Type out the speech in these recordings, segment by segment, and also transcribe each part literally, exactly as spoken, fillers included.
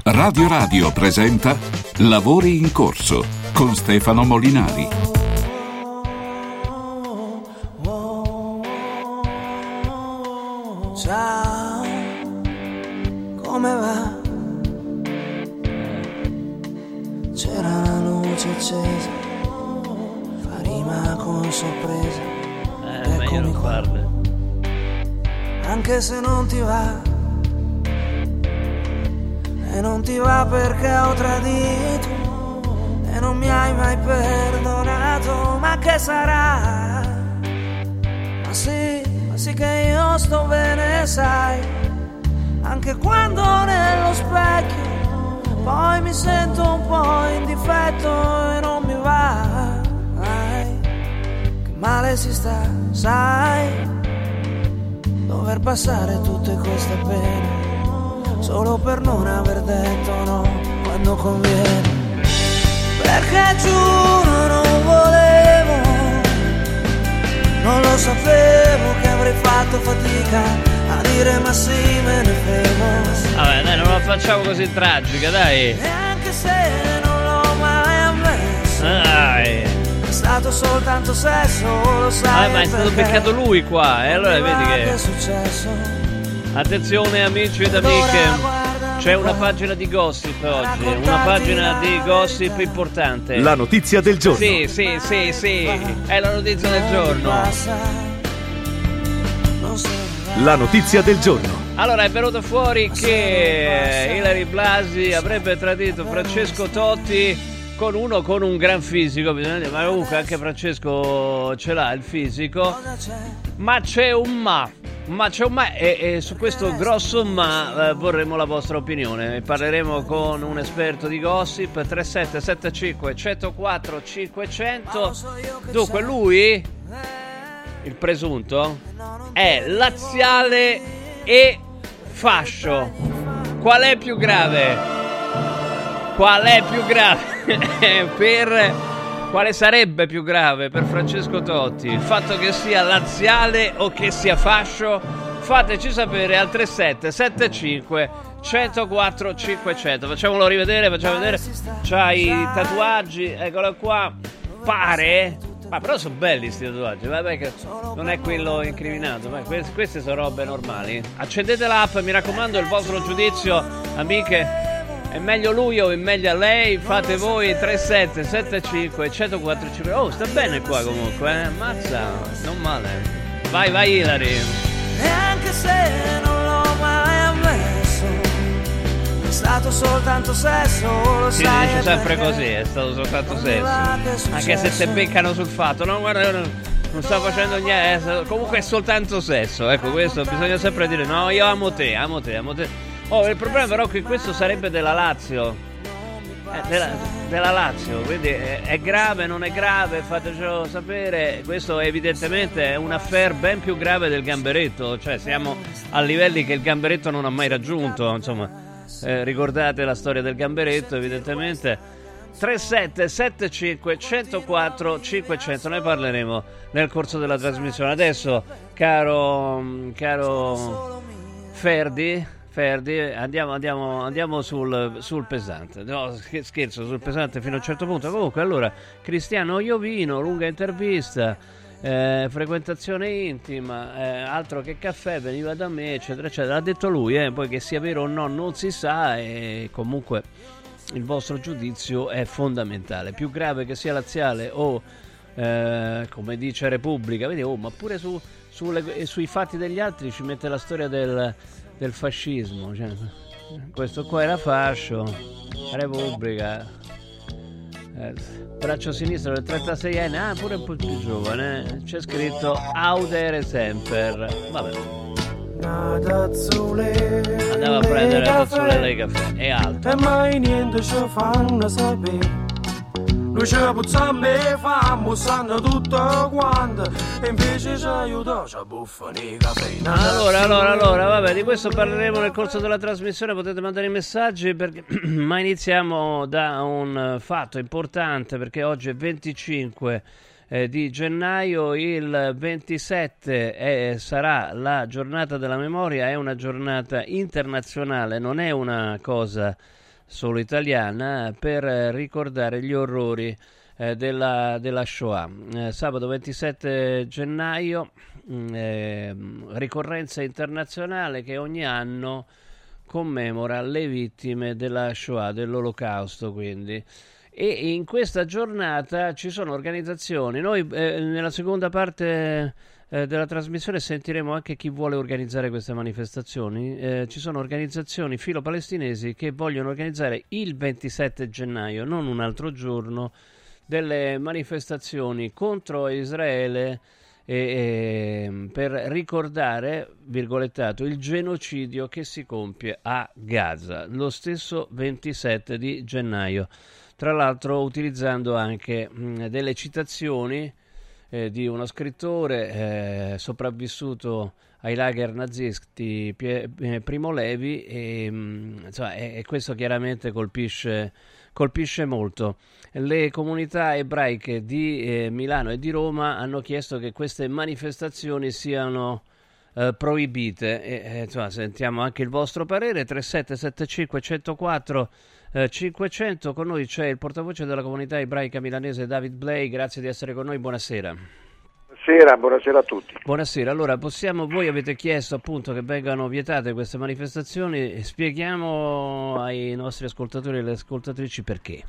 Radio Radio presenta Lavori in corso con Stefano Molinari. Ciao, come va? C'era la luce accesa, fa rima con sorpresa. Eh, meglio non farle. Anche se non ti va, e non ti va perché ho tradito, e non mi hai mai perdonato, ma che sarà? Ma sì, ma sì che io sto bene, sai, anche quando nello specchio poi mi sento un po' in difetto e non mi va, ai, che male si sta, sai, dover passare tutte queste pene solo per non aver detto no quando conviene, perché giuro non volevo, non lo sapevo che avrei fatto fatica a dire ma sì me ne frego. Vabbè dai, non la facciamo così tragica, dai. E anche se non l'ho mai ammesso, Dai. è stato soltanto sesso, lo sai. Ah, ma è stato perché? beccato lui qua, e allora vedi Che che... è successo? Attenzione amici ed amiche, c'è una pagina di gossip oggi, una pagina di gossip importante. La notizia del giorno. Sì, sì, sì, sì, è la notizia del giorno. La notizia del giorno. Allora è venuto fuori che Ilary Blasi avrebbe tradito Francesco Totti con uno con un gran fisico, bisogna dire, ma comunque anche Francesco ce l'ha il fisico, ma c'è un ma. Ma c'è un ma e, e su questo grosso ma eh, vorremmo la vostra opinione. Parleremo con un esperto di gossip. Tre sette sette cinque uno zero quattro cinquecento. Dunque lui, il presunto, è laziale e fascio. Qual è più grave? Qual è più grave? per... Quale sarebbe più grave per Francesco Totti? Il fatto che sia laziale o che sia fascio? Fateci sapere al tre sette sette cinque uno zero quattro cinquecento. Facciamolo rivedere, facciamo vedere. C'ha i tatuaggi, eccolo qua. Pare, ma però sono belli sti tatuaggi. Vabbè che non è quello incriminato, ma queste, queste sono robe normali. Accendete l'app, mi raccomando, il vostro giudizio, amiche. È meglio lui o è meglio lei? Fate voi. Tre sette sette cinque uno zero quattro cinque. Oh, sta bene qua comunque, eh? Ammazza, non male. Vai, vai Ilary. E anche se non l'ho mai ammesso, è stato soltanto sesso, lo Si sai. dice sempre perché? così, è stato soltanto Non mi sesso. va che è Anche se te successo. beccano sul fatto. No, guarda, non, non sto facendo niente. Comunque è soltanto sesso. Ecco, questo bisogna sempre dire. No, io amo te, amo te, amo te. Oh, il problema però è che questo sarebbe della Lazio. Eh, della, della Lazio, quindi è, è grave, non è grave, fatecelo sapere. Questo evidentemente è un affair ben più grave del Gamberetto, cioè siamo a livelli che il Gamberetto non ha mai raggiunto, insomma, eh, ricordate la storia del Gamberetto evidentemente. Tre sette sette cinque uno zero quattro cinquecento, ne parleremo nel corso della trasmissione. Adesso, caro, caro Ferdi Ferdi, andiamo, andiamo, andiamo sul, sul pesante. No, scherzo, sul pesante fino a un certo punto. Comunque, allora, Cristiano Iovino, lunga intervista, eh, frequentazione intima, eh, altro che caffè, veniva da me, eccetera, eccetera. Ha detto lui, eh, poi che sia vero o no non si sa, e comunque il vostro giudizio è fondamentale. Più grave che sia laziale o, eh, come dice Repubblica, vedi, oh, ma pure su, sulle, sui fatti degli altri ci mette la storia del... del fascismo, cioè, questo qua era fascio, Repubblica, eh, braccio sinistro del trentaseienne, ah pure un po' più giovane, c'è scritto Audere Semper, vabbè, andava a prendere la tazzulella di caffè e altro. E mai niente ci fanno sapere. Noi ci puzzammo e fammo, sanno tutto quanto, e invece ci aiutò, ci buffano i caffè. Allora, allora, allora, vabbè, di questo parleremo nel corso della trasmissione, potete mandare i messaggi, perché... ma iniziamo da un fatto importante, perché oggi è venticinque eh, di gennaio, il ventisette è, sarà la giornata della memoria, è una giornata internazionale, non è una cosa solo italiana, per ricordare gli orrori eh, della, della Shoah. Eh, sabato ventisette gennaio, eh, ricorrenza internazionale che ogni anno commemora le vittime della Shoah, dell'Olocausto quindi. E in questa giornata ci sono organizzazioni. Noi eh, nella seconda parte eh, della trasmissione sentiremo anche chi vuole organizzare queste manifestazioni. Eh, ci sono organizzazioni filo-palestinesi che vogliono organizzare il ventisette gennaio, non un altro giorno, delle manifestazioni contro Israele e, e, per ricordare, virgolettato, il genocidio che si compie a Gaza lo stesso ventisette di gennaio. Tra l'altro utilizzando anche mh, delle citazioni eh, di uno scrittore eh, sopravvissuto ai lager nazisti, Pie, eh, Primo Levi, e, mh, insomma, e, e questo chiaramente colpisce, colpisce molto. Le comunità ebraiche di eh, Milano e di Roma hanno chiesto che queste manifestazioni siano eh, proibite. E, eh, insomma, sentiamo anche il vostro parere. tre sette sette cinque uno zero quattro Eh, cinquecento. Con noi c'è il portavoce della comunità ebraica milanese David Blay. Grazie di essere con noi, buonasera. Buonasera, buonasera a tutti. Buonasera, allora possiamo, voi avete chiesto appunto che vengano vietate queste manifestazioni, spieghiamo ai nostri ascoltatori e alle ascoltatrici perché.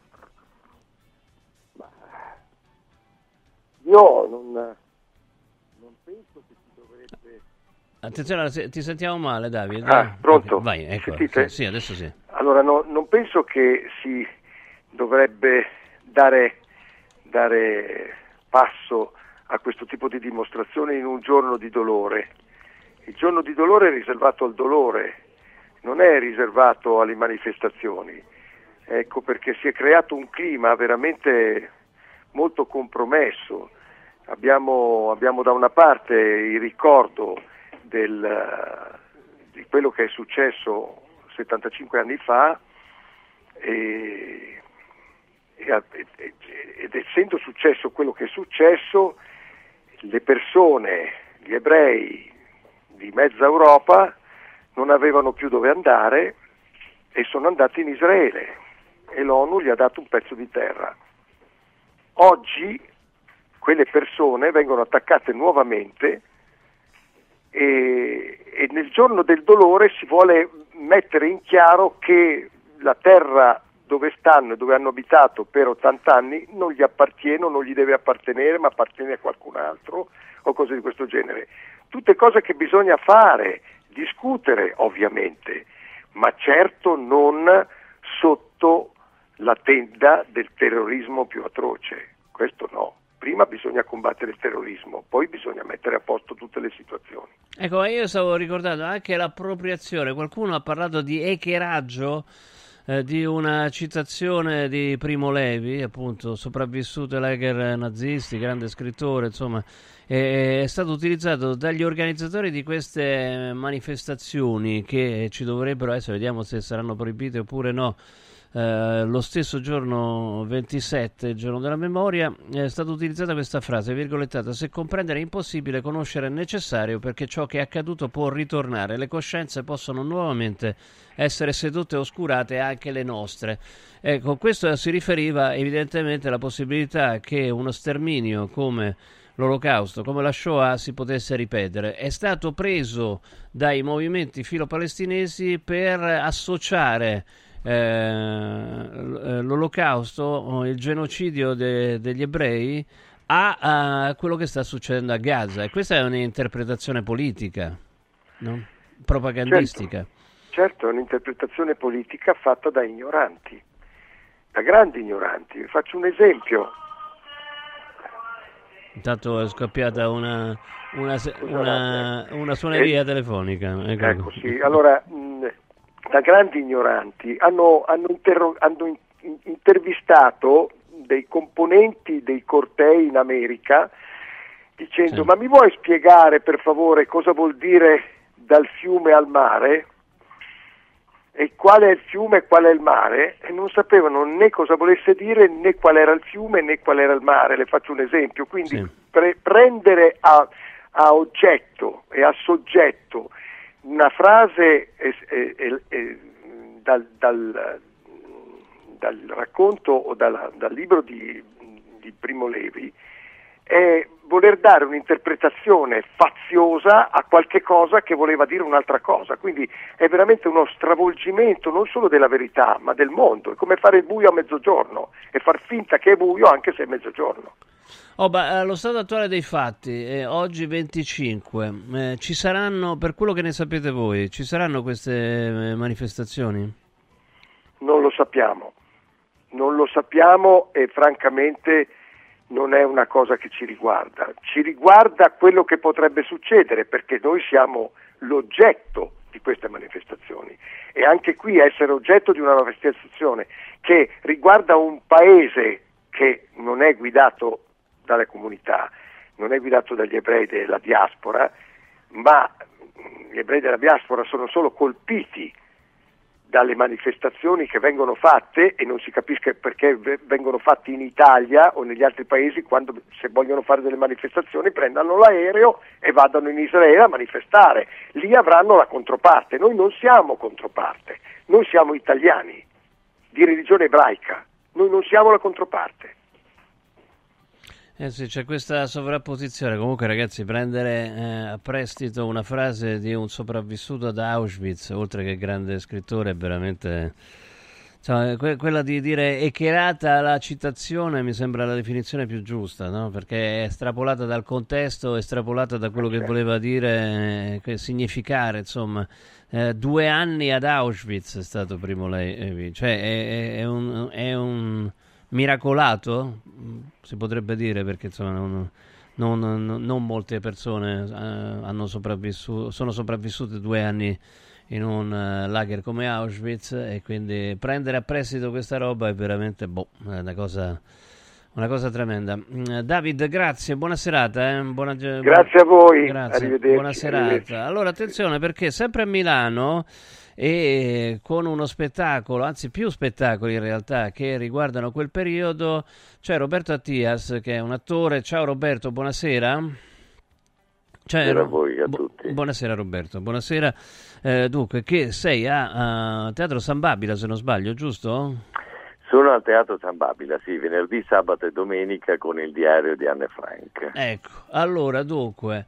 Io non, non penso che si dovrebbe... Attenzione, ti sentiamo male David. Ah, pronto? Okay, vai, ecco. Sentite? Sì, adesso sì. Allora, no, non penso che si dovrebbe dare, dare passo a questo tipo di dimostrazione in un giorno di dolore. Il giorno di dolore è riservato al dolore, non è riservato alle manifestazioni. Ecco perché si è creato un clima veramente molto compromesso. Abbiamo, abbiamo da una parte il ricordo del, di quello che è successo settantacinque anni fa e, e, ed essendo successo quello che è successo, le persone, gli ebrei di mezza Europa non avevano più dove andare e sono andati in Israele e l'ONU gli ha dato un pezzo di terra. Oggi quelle persone vengono attaccate nuovamente e, e nel giorno del dolore si vuole mettere in chiaro che la terra dove stanno e dove hanno abitato per ottanta anni non gli appartiene o non gli deve appartenere, ma appartiene a qualcun altro o cose di questo genere. Tutte cose che bisogna fare, discutere ovviamente, ma certo non sotto la tenda del terrorismo più atroce. Questo no. Prima bisogna combattere il terrorismo, poi bisogna mettere a posto tutte le situazioni. Ecco, io stavo ricordando anche l'appropriazione. Qualcuno ha parlato di echeraggio, eh, di una citazione di Primo Levi, appunto, sopravvissuto ai lager nazisti, grande scrittore, insomma, è, è stato utilizzato dagli organizzatori di queste manifestazioni che ci dovrebbero essere, vediamo se saranno proibite oppure no. Uh, lo stesso giorno ventisette, il giorno della memoria, è stata utilizzata questa frase virgolettata: se comprendere è impossibile, conoscere è necessario, perché ciò che è accaduto può ritornare, le coscienze possono nuovamente essere sedotte e oscurate, anche le nostre. Ecco, questo si riferiva evidentemente alla possibilità che uno sterminio come l'Olocausto, come la Shoah, si potesse ripetere. È stato preso dai movimenti filo-palestinesi per associare Eh, l'Olocausto, il genocidio de, degli ebrei a, a quello che sta succedendo a Gaza, e questa è un'interpretazione politica, no? Propagandistica. Certo, certo, è un'interpretazione politica fatta da ignoranti, da grandi ignoranti. Vi faccio un esempio. Intanto è scoppiata una una, una, una suoneria eh, telefonica. Ecco, ecco sì, allora mh, da grandi ignoranti hanno, hanno, interro- hanno in- in- intervistato dei componenti dei cortei in America dicendo: sì. Ma mi vuoi spiegare per favore cosa vuol dire dal fiume al mare? E qual è il fiume e qual è il mare? E non sapevano né cosa volesse dire, né qual era il fiume né qual era il mare. Le faccio un esempio. Quindi sì. pre- prendere a, a oggetto e a soggetto una frase eh, eh, eh, dal, dal, dal racconto o dalla, dal libro di, di Primo Levi è voler dare un'interpretazione faziosa a qualche cosa che voleva dire un'altra cosa, quindi è veramente uno stravolgimento non solo della verità ma del mondo, è come fare il buio a mezzogiorno e far finta che è buio anche se è mezzogiorno. Oh, ma allo stato attuale dei fatti, eh, oggi venticinque, eh, ci saranno, per quello che ne sapete voi, ci saranno queste eh, manifestazioni? Non lo sappiamo, non lo sappiamo e francamente non è una cosa che ci riguarda, ci riguarda quello che potrebbe succedere perché noi siamo l'oggetto di queste manifestazioni e anche qui essere oggetto di una manifestazione che riguarda un paese che non è guidato dalle comunità, non è guidato dagli ebrei della diaspora, ma gli ebrei della diaspora sono solo colpiti dalle manifestazioni che vengono fatte e non si capisce perché vengono fatte in Italia o negli altri paesi quando se vogliono fare delle manifestazioni prendano l'aereo e vadano in Israele a manifestare, lì avranno la controparte, noi non siamo controparte, noi siamo italiani di religione ebraica, noi non siamo la controparte. Eh sì, c'è questa sovrapposizione. Comunque, ragazzi, prendere eh, a prestito una frase di un sopravvissuto ad Auschwitz, oltre che grande scrittore, è veramente... Cioè, que- quella di dire echerata la citazione mi sembra la definizione più giusta, no? Perché è estrapolata dal contesto, estrapolata da quello che voleva dire, eh, significare, insomma. Eh, due anni ad Auschwitz è stato Primo Levi, cioè è, è, è un... È un miracolato, si potrebbe dire, perché insomma non, non, non, non molte persone eh, hanno sopravvissuto, sono sopravvissute due anni in un uh, lager come Auschwitz e quindi prendere a prestito questa roba è veramente boh, è una cosa, una cosa tremenda. Uh, David, grazie, buona serata. Eh? Buona, grazie a voi, grazie, arrivederci. Buona serata. Arrivederci. Allora attenzione perché sempre a Milano e con uno spettacolo, anzi più spettacoli in realtà che riguardano quel periodo, c'è Roberto Attias che è un attore. Ciao Roberto, buonasera. Buonasera a voi, a tutti. Bu- buonasera Roberto, buonasera. Eh, dunque, che sei a, a Teatro San Babila se non sbaglio, giusto? Sono al Teatro San Babila, sì, venerdì, sabato e domenica con il diario di Anne Frank. Ecco, allora dunque...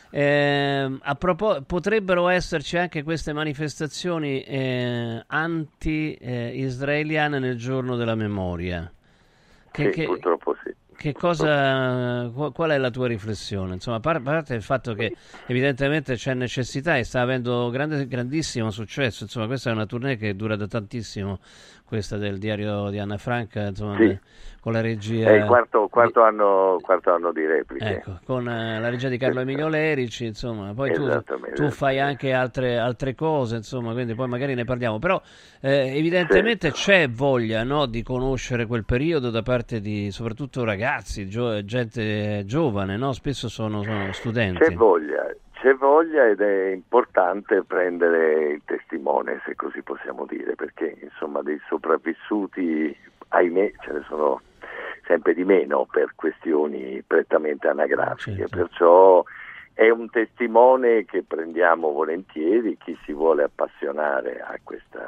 Eh, a propos- potrebbero esserci anche queste manifestazioni eh, anti-israeliane eh, nel giorno della memoria. Che, sì, che, purtroppo sì. Che cosa, qual è la tua riflessione? Insomma, a parte il fatto che evidentemente c'è necessità e sta avendo grande, grandissimo successo. Insomma, questa è una tournée che dura da tantissimo, questa del diario di Anna Frank, insomma, sì. de, con la regia. È il quarto, quarto, di, anno, quarto anno di repliche. Ecco, con uh, la regia di Carlo Emilio Lerici, insomma, poi tu, tu fai anche altre, altre cose, insomma, quindi poi magari ne parliamo. Però eh, evidentemente certo. C'è voglia, no, di conoscere quel periodo da parte di soprattutto ragazzi, gio- gente giovane, no? Spesso sono, sono studenti. C'è voglia, c'è voglia ed è importante prendere il testimone, se così possiamo dire, perché insomma dei sopravvissuti, ahimè, ce ne sono sempre di meno per questioni prettamente anagrafiche, certo. Perciò è un testimone che prendiamo volentieri chi si vuole appassionare a questa,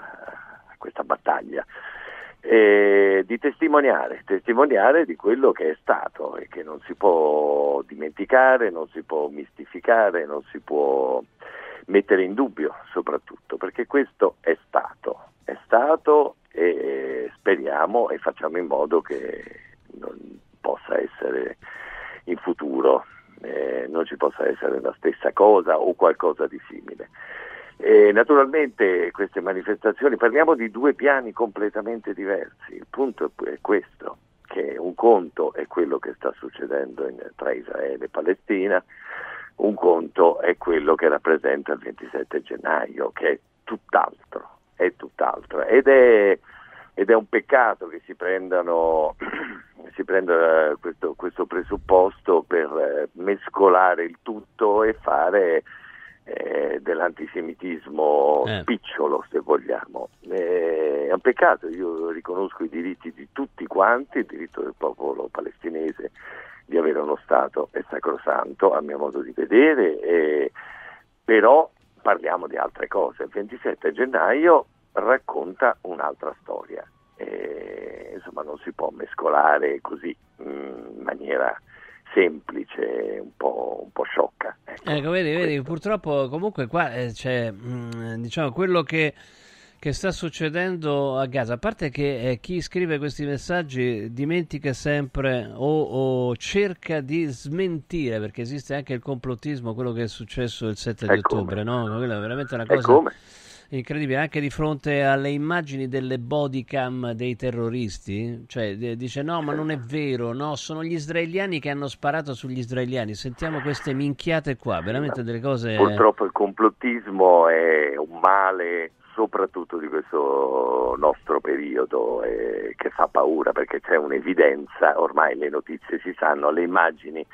a questa battaglia. E di testimoniare, testimoniare di quello che è stato e che non si può dimenticare, non si può mistificare, non si può mettere in dubbio soprattutto, perché questo è stato, è stato e speriamo e facciamo in modo che non possa essere in futuro, eh, non ci possa essere la stessa cosa o qualcosa di simile. E naturalmente queste manifestazioni, parliamo di due piani completamente diversi, il punto è questo, che un conto è quello che sta succedendo in, tra Israele e Palestina, un conto è quello che rappresenta il ventisette gennaio, che è tutt'altro, è tutt'altro ed è, ed è un peccato che si prendano si prenda questo, questo presupposto per mescolare il tutto e fare Eh, dell'antisemitismo eh. spicciolo, se vogliamo. Eh, è un peccato, io riconosco i diritti di tutti quanti, il diritto del popolo palestinese di avere uno Stato è sacrosanto a mio modo di vedere, eh, però parliamo di altre cose. Il ventisette gennaio racconta un'altra storia, eh, insomma non si può mescolare così in maniera semplice, un po', un po' sciocca. Ecco, ecco vedi, vedi, purtroppo comunque qua eh, c'è mh, diciamo quello che che sta succedendo a Gaza, a parte che eh, chi scrive questi messaggi dimentica sempre o, o cerca di smentire, perché esiste anche il complottismo, quello che è successo il sette di ottobre, no? Quella è veramente una cosa incredibile, anche di fronte alle immagini delle body cam dei terroristi, cioè d- dice no ma non è vero, no, sono gli israeliani che hanno sparato sugli israeliani, sentiamo queste minchiate qua, veramente delle cose... Purtroppo il complottismo è un male soprattutto di questo nostro periodo eh, che fa paura, perché c'è un'evidenza, ormai le notizie si sanno, le immagini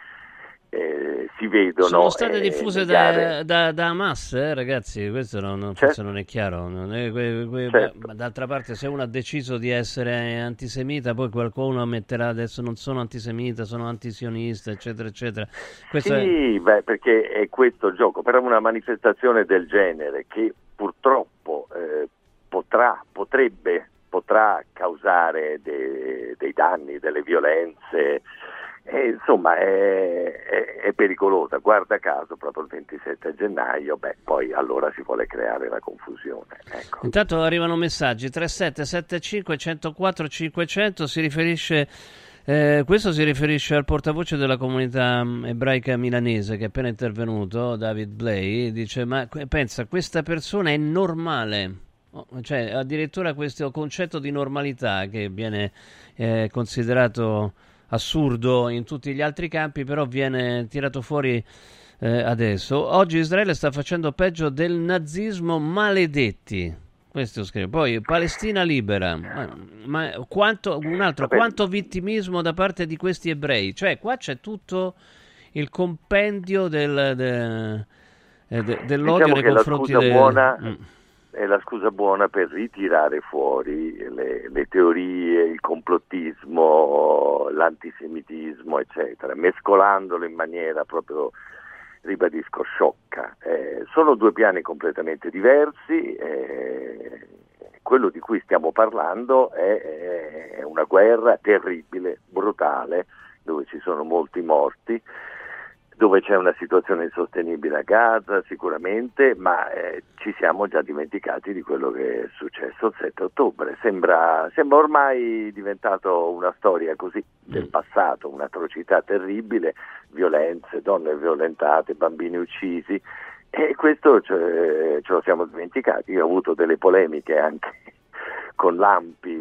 eh, si vedono. Sono state eh, diffuse da, da, da Hamas, eh, ragazzi, questo non, non, certo. Forse non è chiaro, non è, que, que, certo. Ma d'altra parte se uno ha deciso di essere antisemita, poi qualcuno metterà adesso non sono antisemita, sono antisionista, eccetera, eccetera. Questo sì, è... beh, perché è questo il gioco, però una manifestazione del genere che purtroppo eh, potrà, potrebbe, potrà causare de, dei danni, delle violenze, e, insomma è, è, è pericolosa. Guarda caso proprio il ventisette gennaio, beh, poi allora si vuole creare la confusione. Ecco. Intanto arrivano messaggi tre sette sette cinque uno zero quattro cinquecento, si riferisce... Eh, questo si riferisce al portavoce della comunità ebraica milanese che è appena intervenuto, David Blay, dice ma pensa questa persona è normale, oh, cioè addirittura questo concetto di normalità che viene eh, considerato assurdo in tutti gli altri campi, però viene tirato fuori eh, adesso. Oggi Israele sta facendo peggio del nazismo, maledetti. Questo scrive. Poi Palestina libera, ma, ma quanto, un altro, quanto vittimismo da parte di questi ebrei, cioè qua c'è tutto il compendio del, de, de, dell'odio diciamo nei che confronti la scusa de... buona mm. è la scusa buona per ritirare fuori le, le teorie, il complottismo, l'antisemitismo, eccetera, mescolandolo in maniera proprio, ribadisco, sciocca. Eh, sono due piani completamente diversi, eh, quello di cui stiamo parlando è, è una guerra terribile, brutale, dove ci sono molti morti, dove c'è una situazione insostenibile a Gaza sicuramente, ma eh, ci siamo già dimenticati di quello che è successo il sette ottobre. Sembra, sembra ormai diventato una storia così del passato, un'atrocità terribile, violenze, donne violentate, bambini uccisi, e questo ce, ce lo siamo dimenticati. Io ho avuto delle polemiche anche con l'A M P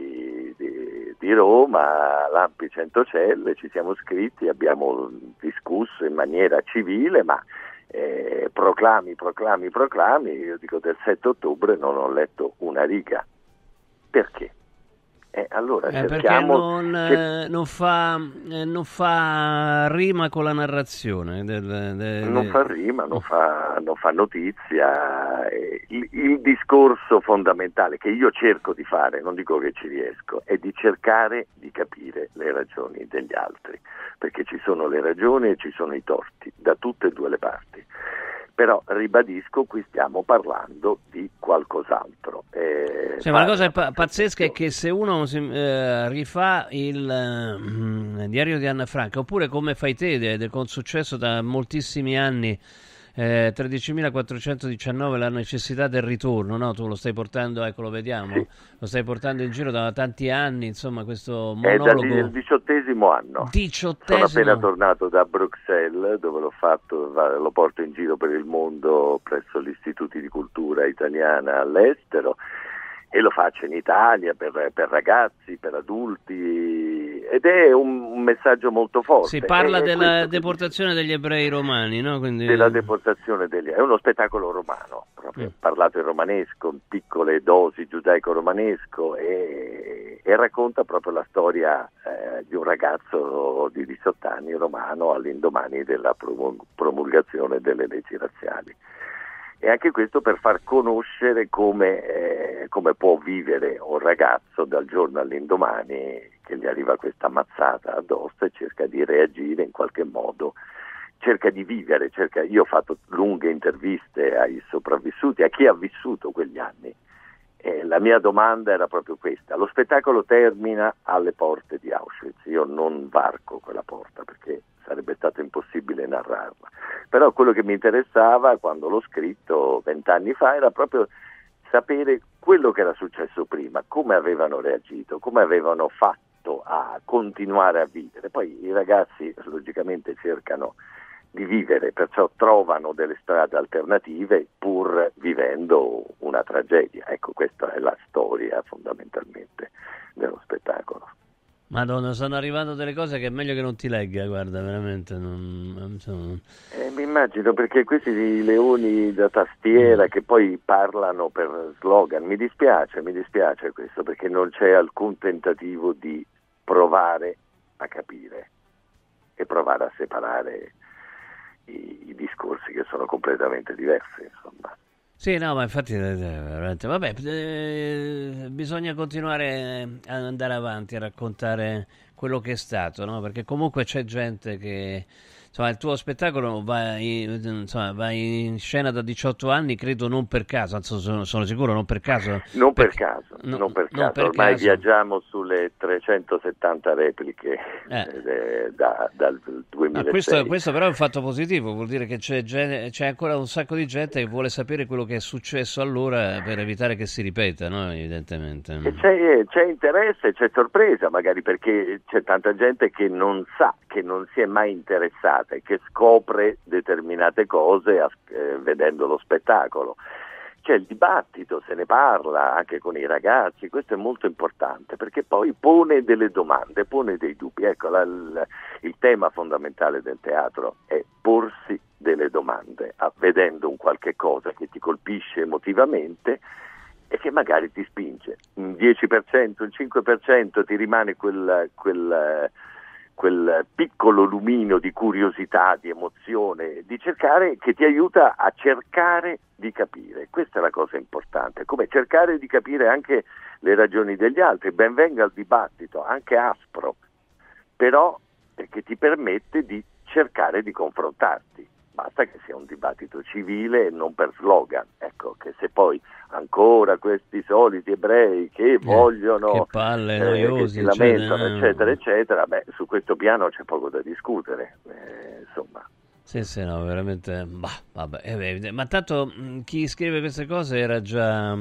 di, di Roma, l'A M P Centocelle, ci siamo scritti, abbiamo discusso in maniera civile, ma eh, proclami, proclami, proclami, io dico del sette ottobre non ho letto una riga. Perché? Eh, allora eh, perché cerchiamo, non, eh, non, fa, eh, non fa rima con la narrazione del, de, non de... fa rima, non fa, non fa notizia. Il, il discorso fondamentale che io cerco di fare, non dico che ci riesco, è di cercare di capire le ragioni degli altri, perché ci sono le ragioni e ci sono i torti da tutte e due le parti. Però ribadisco, qui stiamo parlando di qualcos'altro. Eh, cioè, ma la cosa pa- pazzesca è che se uno si, eh, rifà il eh, diario di Anna Frank, oppure come fai te, de- de- con successo da moltissimi anni, eh, tredicimilaquattrocentodiciannove, la necessità del ritorno, no? Tu lo stai portando, ecco, lo vediamo, sì. Lo stai portando in giro da tanti anni, insomma, questo monologo. È dal diciottesimo anno. Diciottesimo. Sono appena tornato da Bruxelles, dove l'ho fatto, lo porto in giro per il mondo presso gli istituti di cultura italiana all'estero, e lo faccio in Italia per, per ragazzi, per adulti, ed è un, un messaggio molto forte. Si parla è della deportazione degli ebrei romani, no? Quindi... Della deportazione degli è uno spettacolo romano, proprio, mm. parlato in romanesco, in piccole dosi giudaico-romanesco, e, e racconta proprio la storia eh, di un ragazzo di diciotto anni romano all'indomani della promulgazione delle leggi razziali. E anche questo per far conoscere come, eh, come può vivere un ragazzo dal giorno all'indomani che gli arriva questa mazzata addosso, e cerca di reagire in qualche modo, cerca di vivere, cerca... Io ho fatto lunghe interviste ai sopravvissuti, a chi ha vissuto quegli anni, eh, la mia domanda era proprio questa. Lo spettacolo termina alle porte di Auschwitz, io non varco quella porta perché sarebbe stato impossibile narrarla, però quello che mi interessava quando l'ho scritto vent'anni fa era proprio sapere quello che era successo prima, come avevano reagito, come avevano fatto a continuare a vivere. Poi i ragazzi logicamente cercano di vivere, perciò trovano delle strade alternative pur vivendo una tragedia. Ecco, questa è la storia fondamentalmente dello spettacolo. Madonna, stanno arrivando delle cose che è meglio che non ti legga, guarda, veramente. Non, insomma... eh, mi immagino, perché questi leoni da tastiera mm. che poi parlano per slogan, mi dispiace, mi dispiace questo, perché non c'è alcun tentativo di provare a capire e provare a separare i, i discorsi che sono completamente diversi, insomma. Sì, no, ma infatti eh, veramente, vabbè, eh, bisogna continuare ad andare avanti a raccontare quello che è stato, no? Perché comunque c'è gente che, insomma, il tuo spettacolo va in, insomma, va in scena da diciotto anni, credo non per caso, anzi sono, sono sicuro non per caso. Non per perché, caso, no, non per non caso, per ormai caso. Viaggiamo sulle trecentosettanta repliche eh. eh, da, dal duemilasei. Ah, questo, questo però è un fatto positivo, vuol dire che c'è, gen- c'è ancora un sacco di gente che vuole sapere quello che è successo allora per evitare che si ripeta, no? Evidentemente. E c'è, c'è interesse, c'è sorpresa magari, perché c'è tanta gente che non sa, che non si è mai interessata e che scopre determinate cose eh, vedendo lo spettacolo. C'è il dibattito, se ne parla anche con i ragazzi, questo è molto importante perché poi pone delle domande, pone dei dubbi. Ecco, la, la, il tema fondamentale del teatro è porsi delle domande, a, vedendo un qualche cosa che ti colpisce emotivamente e che magari ti spinge. Un dieci per cento, un cinque per cento ti rimane quel... quel quel piccolo lumino di curiosità, di emozione, di cercare, che ti aiuta a cercare di capire. Questa è la cosa importante, come cercare di capire anche le ragioni degli altri. Ben venga il dibattito, anche aspro, però che ti permette di cercare di confrontarti. Basta che sia un dibattito civile e non per slogan. Ecco, che se poi ancora questi soliti ebrei che eh, vogliono, che palle, eh, noiosi, che si lamentano, eccetera, eccetera, eccetera, beh, su questo piano c'è poco da discutere, eh, insomma. Sì, sì, no, veramente, bah, vabbè, è evidente. Ma tanto mh, chi scrive queste cose era già...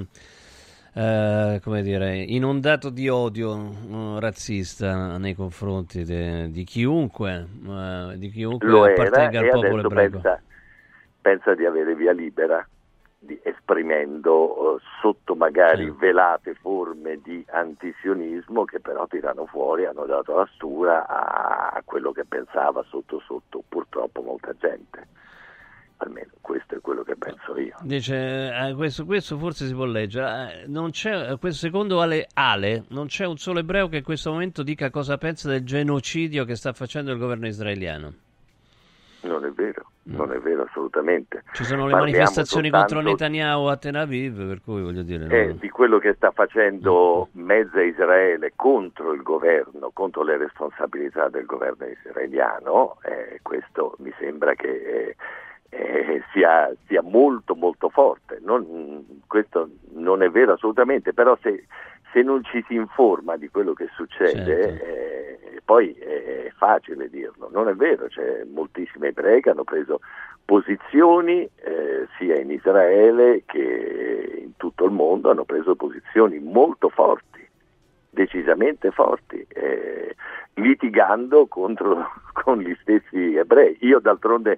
Uh, come dire, inondato di odio uh, razzista nei confronti de, di chiunque, uh, di chiunque Lo appartenga era, al popolo ebraico. Pensa, pensa di avere via libera, di, esprimendo uh, sotto magari sì. velate forme di antisionismo che però tirano fuori, hanno dato la stura a, a quello che pensava sotto sotto purtroppo molta gente. Almeno questo è quello che penso io. Dice, eh, questo, questo forse si può leggere. Eh, non c'è, questo secondo Ale, Ale, non c'è un solo ebreo che in questo momento dica cosa pensa del genocidio che sta facendo il governo israeliano. Non è vero, no. non è vero assolutamente. Ci sono le Parliamo manifestazioni soltanto, contro Netanyahu a Tel Aviv, per cui voglio dire... Eh, no. Di quello che sta facendo mezza Israele contro il governo, contro le responsabilità del governo israeliano, eh, questo mi sembra che... Eh, Eh, sia, sia molto molto forte. Non, questo non è vero assolutamente, però se, se non ci si informa di quello che succede, certo. eh, poi è facile dirlo. Non è vero, c'è moltissimi ebrei che hanno preso posizioni eh, sia in Israele che in tutto il mondo, hanno preso posizioni molto forti, decisamente forti, eh, litigando contro con gli stessi ebrei. Io d'altronde,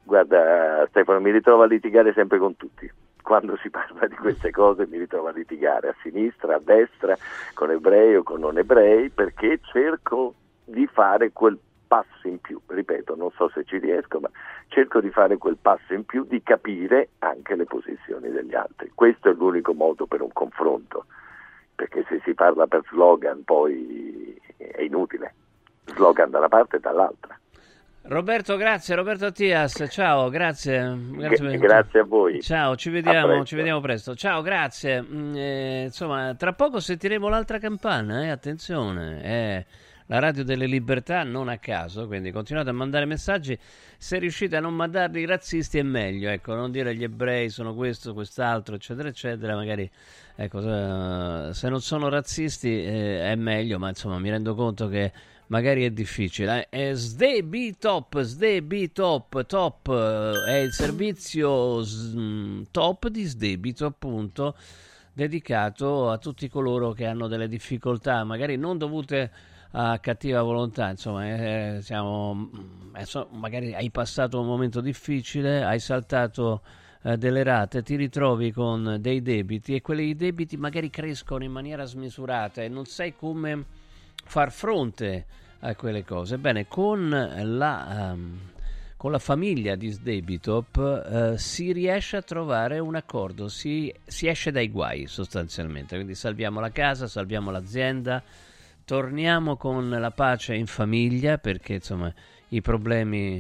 guarda Stefano, mi ritrovo a litigare sempre con tutti. Quando si parla di queste cose mi ritrovo a litigare a sinistra, a destra, con ebrei o con non ebrei, perché cerco di fare quel passo in più. Ripeto, non so se ci riesco, ma cerco di fare quel passo in più, di capire anche le posizioni degli altri. Questo è l'unico modo per un confronto, perché se si parla per slogan poi è inutile. Slogan da una parte e dall'altra. Roberto, grazie. Roberto Attias, ciao, grazie. Grazie, grazie a voi. Ciao, ci vediamo, ci vediamo presto. Ciao, grazie. Eh, insomma, tra poco sentiremo l'altra campana, eh, attenzione. Eh, la radio delle libertà, non a caso, quindi continuate a mandare messaggi. Se riuscite a non mandarli i razzisti è meglio, ecco, non dire gli ebrei sono questo, quest'altro, eccetera, eccetera, magari, ecco, se non sono razzisti eh, è meglio, ma insomma mi rendo conto che magari è difficile. Eh, S D B Top, S D B Top, Top eh, è il servizio s- top di Sdebito, appunto, dedicato a tutti coloro che hanno delle difficoltà, magari non dovute a cattiva volontà, insomma, eh, siamo, eh, so, magari hai passato un momento difficile, hai saltato eh, delle rate, ti ritrovi con dei debiti e quei debiti magari crescono in maniera smisurata e non sai come far fronte a quelle cose. Bene, con la, um, con la famiglia di Sdebitop uh, si riesce a trovare un accordo, si, si esce dai guai sostanzialmente, quindi salviamo la casa, salviamo l'azienda, torniamo con la pace in famiglia, perché insomma i problemi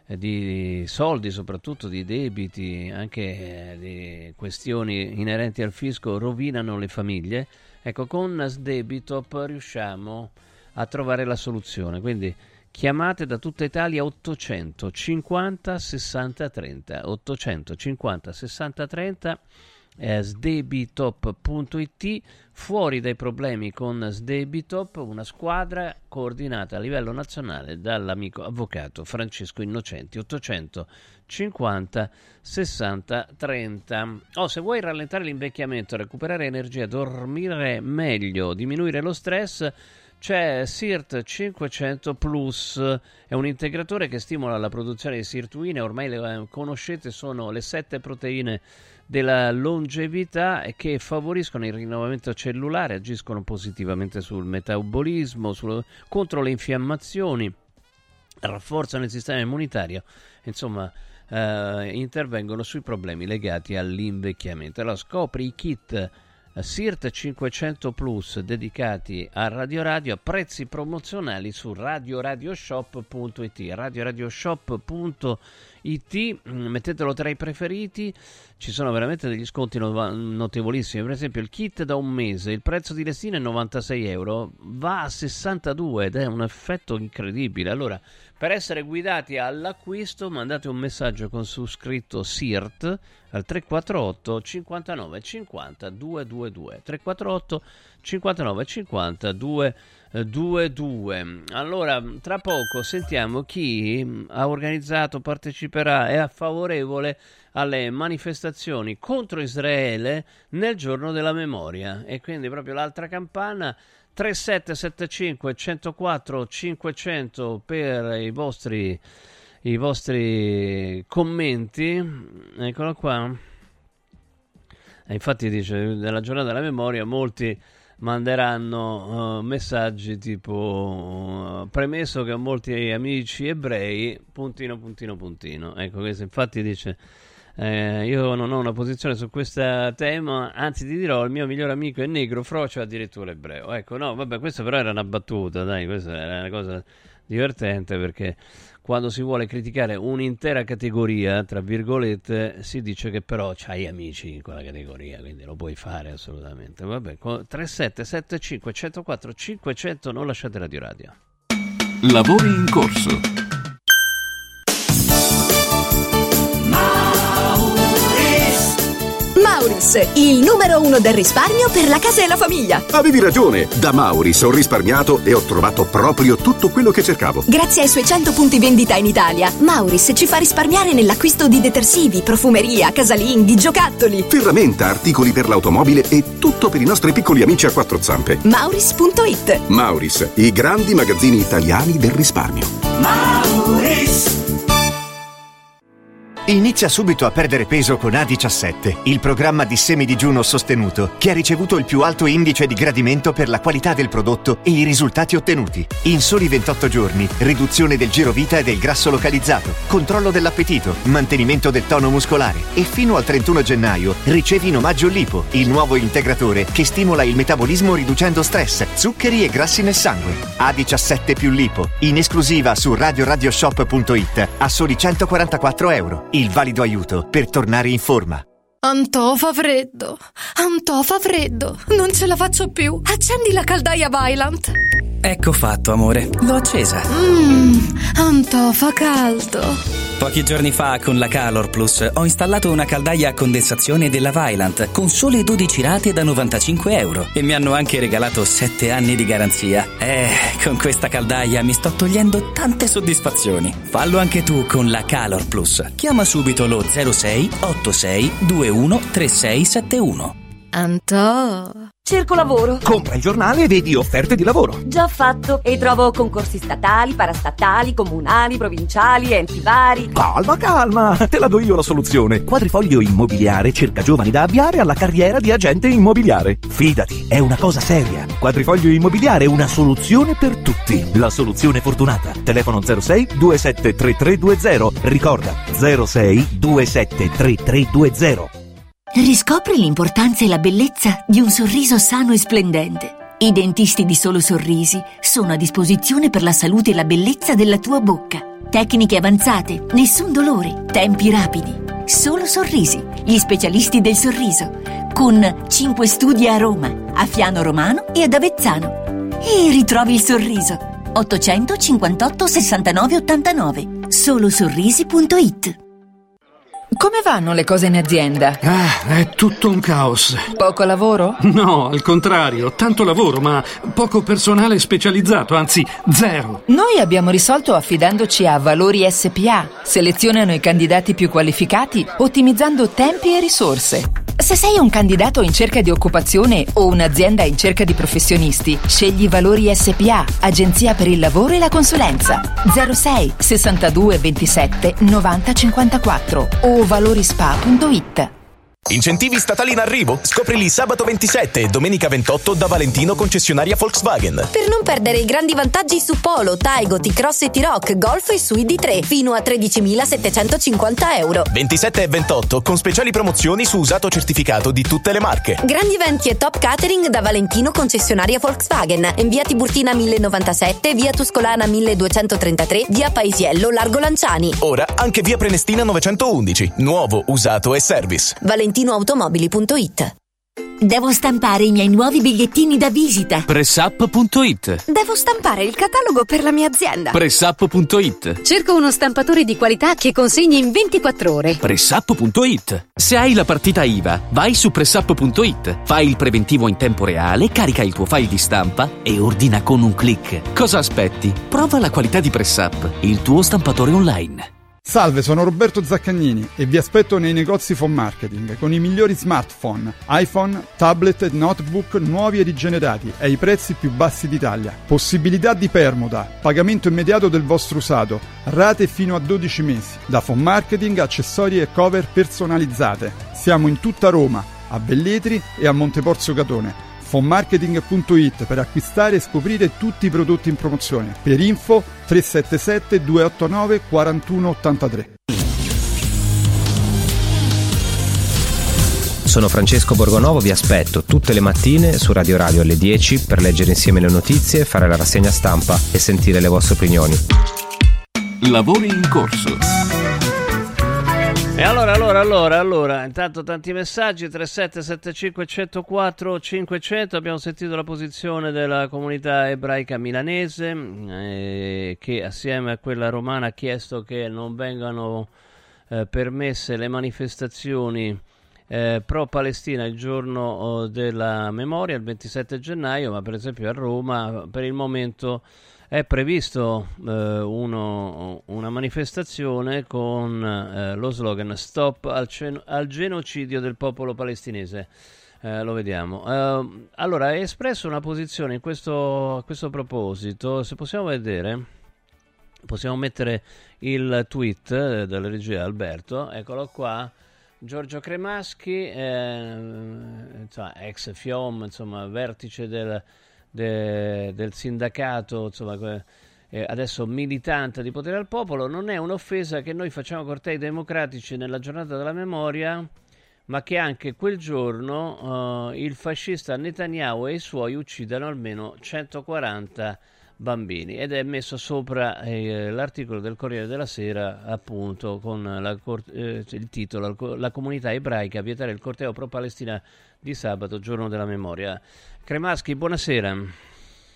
di soldi, soprattutto di debiti, anche di questioni inerenti al fisco, rovinano le famiglie. Ecco, con Sdebitop riusciamo a trovare la soluzione, quindi chiamate da tutta Italia ottocentocinquanta sessanta trenta, ottocentocinquanta sessanta trenta, eh, sdebitop punto it. Fuori dai problemi con Sdebitop, una squadra coordinata a livello nazionale dall'amico avvocato Francesco Innocenti. Ottocentocinquanta sessanta trenta. Oh, se vuoi rallentare l'invecchiamento, recuperare energia, dormire meglio, diminuire lo stress, c'è SIRT cinquecento Plus, è un integratore che stimola la produzione di sirtuine, ormai le conoscete, sono le sette proteine della longevità e che favoriscono il rinnovamento cellulare, agiscono positivamente sul metabolismo, sul, contro le infiammazioni, rafforzano il sistema immunitario, insomma eh, intervengono sui problemi legati all'invecchiamento. Allora scopri i kit SIRT cinquecento Plus dedicati a Radio Radio a prezzi promozionali su radio radio shop punto it, radio radio shop punto it, mettetelo tra i preferiti, ci sono veramente degli sconti notevolissimi. Per esempio il kit da un mese, il prezzo di listino è novantasei euro, va a sessantadue ed è un effetto incredibile. Allora, per essere guidati all'acquisto mandate un messaggio con su scritto SIRT al tre quattro otto cinquantanove cinquanta duecentoventidue, tre quattro otto cinquantanove cinquanta duecentoventidue. Allora, tra poco sentiamo chi ha organizzato, parteciperà, è favorevole alle manifestazioni contro Israele nel giorno della memoria, e quindi proprio l'altra campana. Tre sette sette cinque uno zero quattro cinquecento per i vostri i vostri commenti. Eccolo qua. E infatti dice, nella giornata della memoria molti manderanno uh, messaggi tipo uh, premesso che ho molti amici ebrei, puntino puntino puntino. Ecco, questo infatti dice eh, io non ho una posizione su questo tema, anzi ti dirò, il mio migliore amico è negro, frocio, addirittura ebreo. Ecco, no, vabbè, questa però era una battuta, dai, questa era una cosa divertente, perché quando si vuole criticare un'intera categoria, tra virgolette, si dice che però c'hai amici in quella categoria, quindi lo puoi fare assolutamente. Vabbè, tre sette sette cinque uno zero quattro cinquecento, non lasciate Radio Radio. Lavori in corso. Mauris, il numero uno del risparmio per la casa e la famiglia. Avevi ragione, da Mauris ho risparmiato e ho trovato proprio tutto quello che cercavo. Grazie ai suoi cento punti vendita in Italia, Mauris ci fa risparmiare nell'acquisto di detersivi, profumeria, casalinghi, giocattoli, ferramenta, articoli per l'automobile e tutto per i nostri piccoli amici a quattro zampe. Mauris punto it. Mauris, i grandi magazzini italiani del risparmio. Mauris. Inizia subito a perdere peso con A diciassette, il programma di semidigiuno sostenuto che ha ricevuto il più alto indice di gradimento per la qualità del prodotto e i risultati ottenuti. In soli ventotto giorni, riduzione del girovita e del grasso localizzato, controllo dell'appetito, mantenimento del tono muscolare e fino al trentuno gennaio ricevi in omaggio Lipo, il nuovo integratore che stimola il metabolismo riducendo stress, zuccheri e grassi nel sangue. A diciassette più Lipo, in esclusiva su radio radio shop punto it a soli centoquarantaquattro euro. Il valido aiuto per tornare in forma. Antò fa freddo, Antò fa freddo, non ce la faccio più. Accendi la caldaia Vaillant. Ecco fatto, amore. L'ho accesa. Mmm, Anto, fa caldo. Pochi giorni fa con la Calor Plus ho installato una caldaia a condensazione della Vaillant con sole dodici rate da novantacinque euro e mi hanno anche regalato sette anni di garanzia. Eh, con questa caldaia mi sto togliendo tante soddisfazioni. Fallo anche tu con la Calor Plus. Chiama subito lo zero sei otto sei due uno tre sei sette uno. Anto. Cerco lavoro. Compra il giornale e vedi offerte di lavoro. Già fatto. E trovo concorsi statali, parastatali, comunali, provinciali, enti vari. Calma, calma. Te la do io la soluzione. Quadrifoglio Immobiliare cerca giovani da avviare alla carriera di agente immobiliare. Fidati, è una cosa seria. Quadrifoglio Immobiliare è una soluzione per tutti. La soluzione fortunata. Telefono zero sei due sette tre tre due zero. Ricorda, zero sei due sette tre tre due zero. Riscopri l'importanza e la bellezza di un sorriso sano e splendente. I dentisti di Solo Sorrisi sono a disposizione per la salute e la bellezza della tua bocca. Tecniche avanzate, nessun dolore, tempi rapidi. Solo Sorrisi, gli specialisti del sorriso, con cinque studi a Roma, a Fiano Romano e ad Avezzano. E ritrovi il sorriso. ottocentocinquantotto sessantanove ottantanove. solo sorrisi punto it. Come vanno le cose in azienda? Ah, è tutto un caos. Poco lavoro? No, al contrario, tanto lavoro, ma poco personale specializzato, anzi zero. Noi abbiamo risolto affidandoci a Valori S P A. Selezionano i candidati più qualificati, ottimizzando tempi e risorse. Se sei un candidato in cerca di occupazione o un'azienda in cerca di professionisti, scegli Valori S P A, agenzia per il lavoro e la consulenza. zero sei sessantadue ventisette novanta cinquantaquattro o valorispa punto it. Incentivi statali in arrivo? Scoprili sabato ventisette e domenica ventotto da Valentino concessionaria Volkswagen. Per non perdere i grandi vantaggi su Polo, Taigo, T-Cross e T-Roc, Golf e Sui D tre fino a tredicimilasettecentocinquanta euro. ventisette e ventotto con speciali promozioni su usato certificato di tutte le marche. Grandi eventi e top catering da Valentino concessionaria Volkswagen. In via Tiburtina mille novantasette, via Tuscolana milleduecentotrentatré, via Paisiello, Largo Lanciani. Ora anche via Prenestina novecentoundici. Nuovo, usato e service. Valentino automobili punto it. Devo stampare i miei nuovi bigliettini da visita. Pressup punto it. Devo stampare il catalogo per la mia azienda. Pressup punto it. Cerco uno stampatore di qualità che consegni in ventiquattro ore. Pressup punto it. Se hai la partita I V A, vai su Pressup punto it. Fai il preventivo in tempo reale, carica il tuo file di stampa e ordina con un click. Cosa aspetti? Prova la qualità di Pressup, il tuo stampatore online. Salve, sono Roberto Zaccagnini e vi aspetto nei negozi Phone Marketing con i migliori smartphone, iPhone, tablet e notebook nuovi e rigenerati ai prezzi più bassi d'Italia. Possibilità di permuta, pagamento immediato del vostro usato, rate fino a dodici mesi. Da Phone Marketing, accessori e cover personalizzate. Siamo in tutta Roma, a Velletri e a Monteporzio Catone. phone marketing punto it per acquistare e scoprire tutti i prodotti in promozione. Per info tre sette sette due otto nove quattro uno otto tre. Sono Francesco Borgonovo, vi aspetto tutte le mattine su Radio Radio alle dieci per leggere insieme le notizie, fare la rassegna stampa e sentire le vostre opinioni. Lavori in corso. E allora, allora, allora, allora, intanto tanti messaggi, tre sette sette cinque uno zero quattro cinquecento, abbiamo sentito la posizione della comunità ebraica milanese eh, che assieme a quella romana ha chiesto che non vengano eh, permesse le manifestazioni eh, pro-Palestina il giorno della memoria, il ventisette gennaio, ma per esempio a Roma per il momento è previsto eh, uno, una manifestazione con eh, lo slogan Stop al, cen- al genocidio del popolo palestinese. Eh, lo vediamo. Eh, allora, ha espresso una posizione in questo, a questo proposito. Se possiamo vedere, possiamo mettere il tweet eh, della regia Alberto. Eccolo qua. Giorgio Cremaschi, eh, insomma, ex FIOM, insomma, vertice del... De, del sindacato, insomma, eh, adesso militante di Potere al Popolo. Non è un'offesa che noi facciamo cortei democratici nella giornata della memoria, ma che anche quel giorno eh, il fascista Netanyahu e i suoi uccidano almeno centoquaranta bambini, ed è messo sopra eh, l'articolo del Corriere della Sera, appunto, con la, eh, il titolo La comunità ebraica a vietare il corteo pro-Palestina di sabato, giorno della memoria. Cremaschi, buonasera.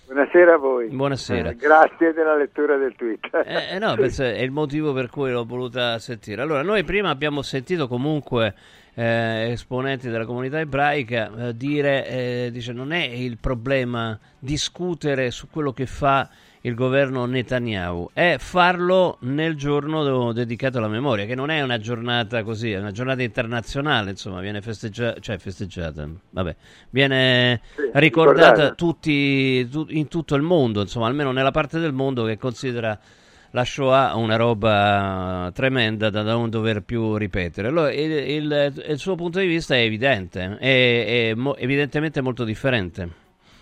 Buonasera a voi. Buonasera. Eh, grazie della lettura del tweet. Eh, no, penso è il motivo per cui l'ho voluta sentire. Allora, noi prima abbiamo sentito comunque eh, esponenti della comunità ebraica eh, dire, eh, dice, non è il problema discutere su quello che fa il governo Netanyahu, è farlo nel giorno dedicato alla memoria, che non è una giornata così, è una giornata internazionale, insomma, viene festeggiata, cioè festeggiata, vabbè, viene sì, ricordata ricordata. Tutti, tu, in tutto il mondo, insomma, almeno nella parte del mondo che considera la Shoah una roba tremenda da, da non dover più ripetere. Allora, il, il, il suo punto di vista è evidente, è, è mo, evidentemente molto differente.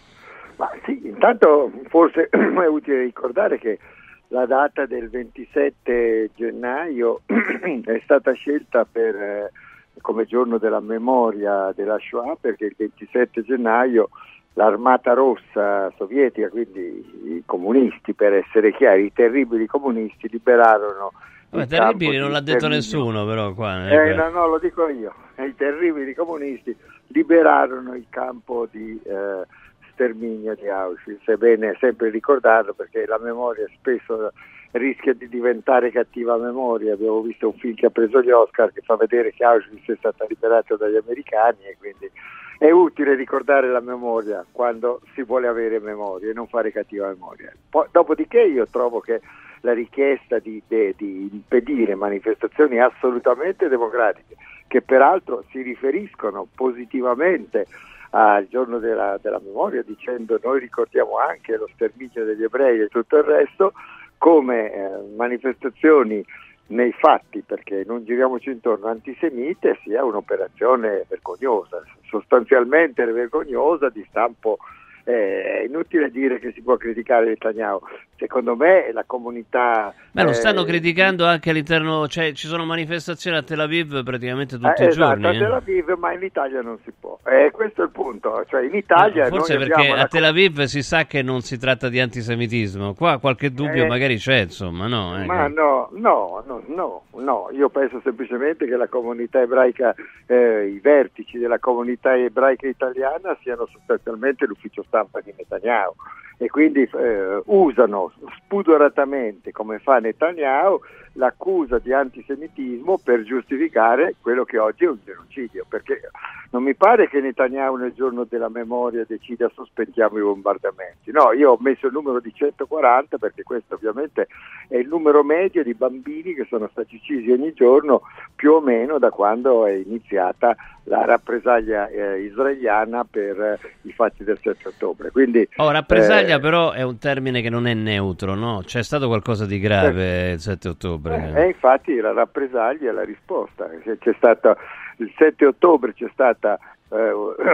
Ma sì, intanto forse è utile ricordare che la data del ventisette gennaio è stata scelta per, eh, come giorno della memoria della Shoah, perché il ventisette gennaio l'Armata Rossa sovietica, quindi i comunisti, per essere chiari, i terribili comunisti liberarono. Vabbè, terribili non l'ha detto nessuno, però qua. Eh, eh, no, no, lo dico io. I terribili comunisti liberarono il campo di eh, sterminio di Auschwitz. È bene sempre ricordarlo, perché la memoria spesso rischia di diventare cattiva memoria. Abbiamo visto un film che ha preso gli Oscar che fa vedere che Auschwitz è stata liberata dagli americani, e quindi è utile ricordare la memoria quando si vuole avere memoria e non fare cattiva memoria. Poi, dopodiché io trovo che la richiesta di, de, di impedire manifestazioni assolutamente democratiche, che peraltro si riferiscono positivamente al giorno della, della memoria, dicendo noi ricordiamo anche lo sterminio degli ebrei e tutto il resto, come eh, manifestazioni nei fatti, perché non giriamoci intorno, antisemite, sia un'operazione vergognosa, sostanzialmente vergognosa, di stampo. Eh, è inutile dire che si può criticare Netanyahu. Secondo me la comunità... Ma lo eh, stanno criticando anche all'interno, cioè ci sono manifestazioni a Tel Aviv praticamente tutti eh, i esatto, giorni. a Eh. Tel Aviv, ma in Italia non si può. Eh, questo è il punto. Cioè in Italia... No, forse noi perché abbiamo a Tel Aviv si sa che non si tratta di antisemitismo. Qua qualche dubbio Eh, magari c'è, insomma, no? Ecco. Ma no, no, no, no, no, io penso semplicemente che la comunità ebraica, eh, i vertici della comunità ebraica italiana siano sostanzialmente l'ufficio stampa di Netanyahu, e quindi eh, usano spudoratamente, come fa Netanyahu, l'accusa di antisemitismo per giustificare quello che oggi è un genocidio, perché non mi pare che Netanyahu nel giorno della memoria decida sospendiamo i bombardamenti. No, io ho messo il numero di centoquaranta perché questo ovviamente è il numero medio di bambini che sono stati uccisi ogni giorno, più o meno da quando è iniziata la rappresaglia eh, israeliana per eh, i fatti del sette ottobre. Quindi, oh, rappresaglia eh, però è un termine che non è neutro, no? C'è stato qualcosa di grave il sette ottobre. Eh, e infatti la rappresaglia è la risposta. C'è stata, il sette ottobre c'è stata eh,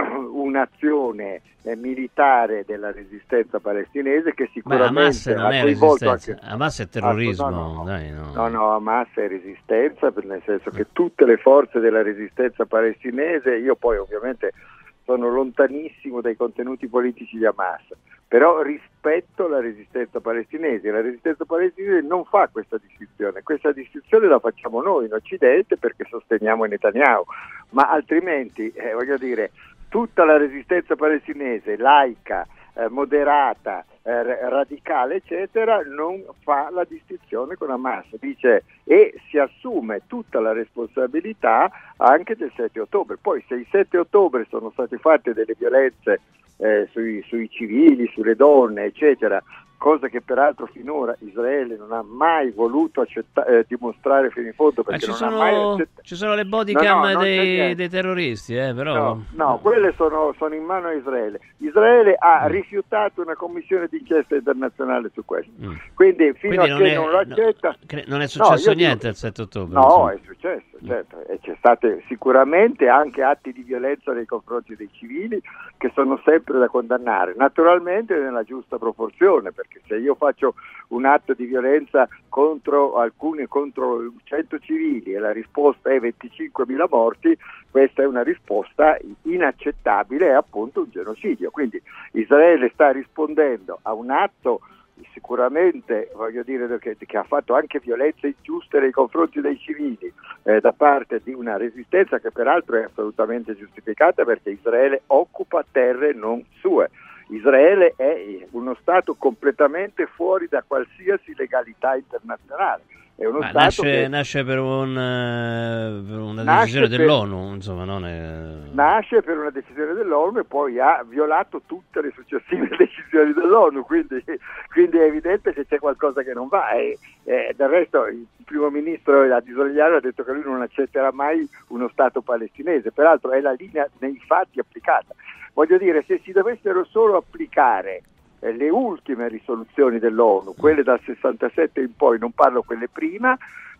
un'azione eh, militare della resistenza palestinese che sicuramente Ma Hamas non ha è coinvolto resistenza, anche... Hamas è terrorismo. Ah, no, no, dai, no. no, no, Hamas è resistenza, nel senso che tutte le forze della resistenza palestinese, io poi ovviamente sono lontanissimo dai contenuti politici di Hamas, però rispetto la resistenza palestinese. La resistenza palestinese non fa questa distinzione, questa distinzione la facciamo noi in Occidente perché sosteniamo Netanyahu, ma altrimenti, eh, voglio dire, tutta la resistenza palestinese, laica, eh, moderata, eh, radicale, eccetera, non fa la distinzione con Hamas, dice, e si assume tutta la responsabilità anche del sette ottobre. Poi se il sette ottobre sono state fatte delle violenze eh, sui, sui civili, sulle donne, eccetera, cosa che peraltro finora Israele non ha mai voluto accetta- eh, dimostrare fino in fondo, perché Ma ci, non sono, ha mai accett- ci sono le body no, cam no, non c'è dei, niente. dei terroristi, eh, però... No, no, quelle sono, sono in mano a Israele. Israele ha rifiutato una commissione d'inchiesta internazionale su questo. Mm. Quindi fino Quindi a non che è- non lo accetta... no, cre- non è successo No, io niente dico- il sette ottobre. No, insomma. è successo, certo, e c'è state sicuramente anche atti di violenza nei confronti dei civili che sono sempre da condannare, naturalmente nella giusta proporzione, perché se io faccio un atto di violenza contro alcuni, contro cento civili e la risposta è venticinquemila morti, questa è una risposta inaccettabile, è appunto un genocidio. Quindi Israele sta rispondendo a un atto sicuramente, voglio dire, che, che ha fatto anche violenze ingiuste nei confronti dei civili eh, da parte di una resistenza che peraltro è assolutamente giustificata, perché Israele occupa terre non sue. Israele è uno uno Stato completamente fuori da qualsiasi legalità internazionale. È uno Ma Stato nasce, che nasce per, un, eh, per una Nasce decisione per- dell'ONU, insomma, non è... nasce per una decisione dell'ONU e poi ha violato tutte le successive decisioni dell'ONU, quindi, quindi è evidente che c'è qualcosa che non va. E, e del resto il primo ministro israeliano ha detto che lui non accetterà mai uno Stato palestinese, peraltro è la linea nei fatti applicata. Voglio dire, se si dovessero solo applicare eh, le ultime risoluzioni dell'ONU, quelle dal sessantasette in poi, non parlo quelle prima,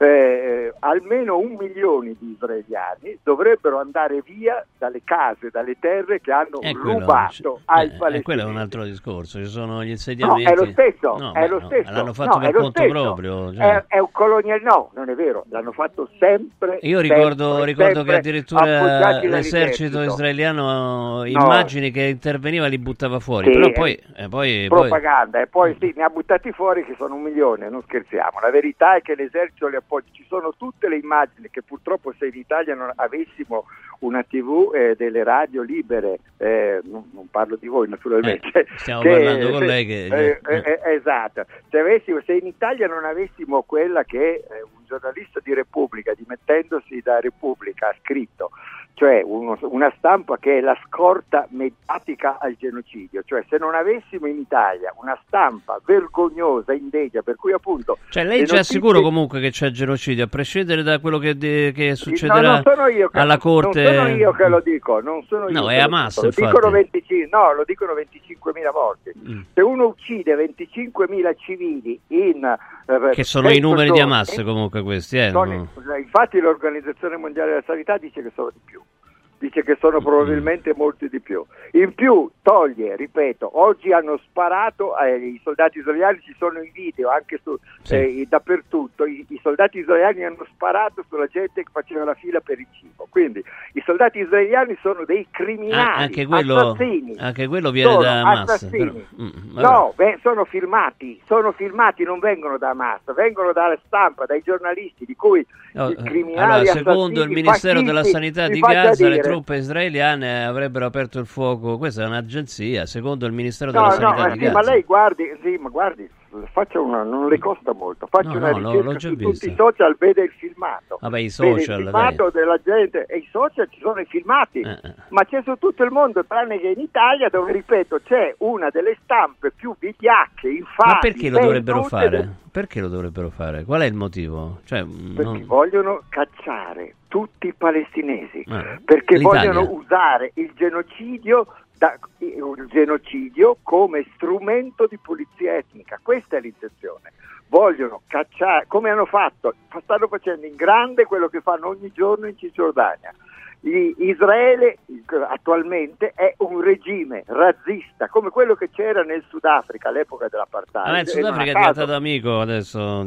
eh, almeno un milione di israeliani dovrebbero andare via dalle case, dalle terre che hanno Eh, quello- rubato ai Eh, palestinesi. quello è un altro discorso, ci sono gli No, insediamenti... è lo stesso, No, è ma lo no, stesso. l'hanno fatto No, è per lo conto stesso. proprio. cioè. È, è un colonial, no, non è vero, l'hanno fatto sempre. Io ricordo, sempre, ricordo sempre che addirittura appoggiati l'esercito dall'esercito. israeliano immagini che interveniva li buttava fuori, Sì, però eh, poi... eh, poi, poi propaganda e poi sì, ne ha buttati fuori che sono un milione, non scherziamo. La verità è che l'esercito li appoggia, ci sono tutte le immagini che purtroppo se in Italia non avessimo una tivù e delle radio libere, eh, non, non parlo di voi naturalmente, Eh, stiamo che- parlando con se- lei che... eh, eh, eh, esatto, se, avessimo, se in Italia non avessimo quella che eh, un giornalista di Repubblica, dimettendosi da Repubblica, ha scritto, cioè uno- una stampa che è la scorta mediatica al genocidio, cioè se non avessimo in Italia una stampa vergognosa, indegia, per cui appunto... Cioè lei le ci è notizie- sicuro comunque che c'è genocidio, a prescindere da quello che, de- che No, succederà non sono io che, alla Corte... Non sono io che lo dico, non sono io No, che è lo Hamas, dico. Lo infatti. dicono venticinque, no, lo dicono venticinquemila morti. Mm. Se uno uccide venticinquemila civili in... eh, Che sono i cento numeri di giorni, Hamas comunque questi, eh? sono- no? infatti l'Organizzazione Mondiale della Sanità dice che sono di più. Dice che sono probabilmente molti di più. In più toglie, ripeto, oggi hanno sparato ai i soldati israeliani, ci sono i video anche su, Sì. eh, dappertutto, I, i soldati israeliani hanno sparato sulla gente che faceva la fila per il cibo. Quindi i soldati israeliani sono dei criminali, Ah, anche quello, assassini. anche quello viene Sono da Hamas. assassini. però- mm, vabbè. No, beh, sono filmati, sono filmati, non vengono da Hamas, vengono dalla stampa, dai giornalisti, di cui No, i eh, criminali, allora, secondo il assassini, Ministero della fascisti, Sanità mi di faccia Gaza, le dire. truppe israeliane avrebbero aperto il fuoco. Questa è un'agenzia, secondo il Ministero No, della no, Sanità eh, di sì, Gaza. ma lei guardi, sì, ma guardi, faccia una, non le costa molto, faccia No, una no, l'ho- ricerca l'ho già su visto. tutti i social, vede il filmato. Vabbè, i Vede social, il filmato della gente e i social ci sono i filmati, Eh, eh. ma c'è su tutto il mondo, tranne che in Italia, dove ripeto c'è una delle stampe più vigliacche, infatti. Ma perché lo ben dovrebbero tutte fare? del- Perché lo dovrebbero fare? Qual è il motivo? Cioè, mm, Perché non- vogliono cacciare tutti i palestinesi, Eh, perché l'Italia. vogliono usare il genocidio, da- il genocidio come strumento di pulizia etnica. Questa è l'intenzione. Vogliono cacciare, come hanno fatto, stanno facendo in grande quello che fanno ogni giorno in Cisgiordania. I- Israele attualmente è un regime razzista come quello che c'era nel Sudafrica all'epoca dell'apartheid. Ah, il E non Sudafrica a è caso- diventato amico adesso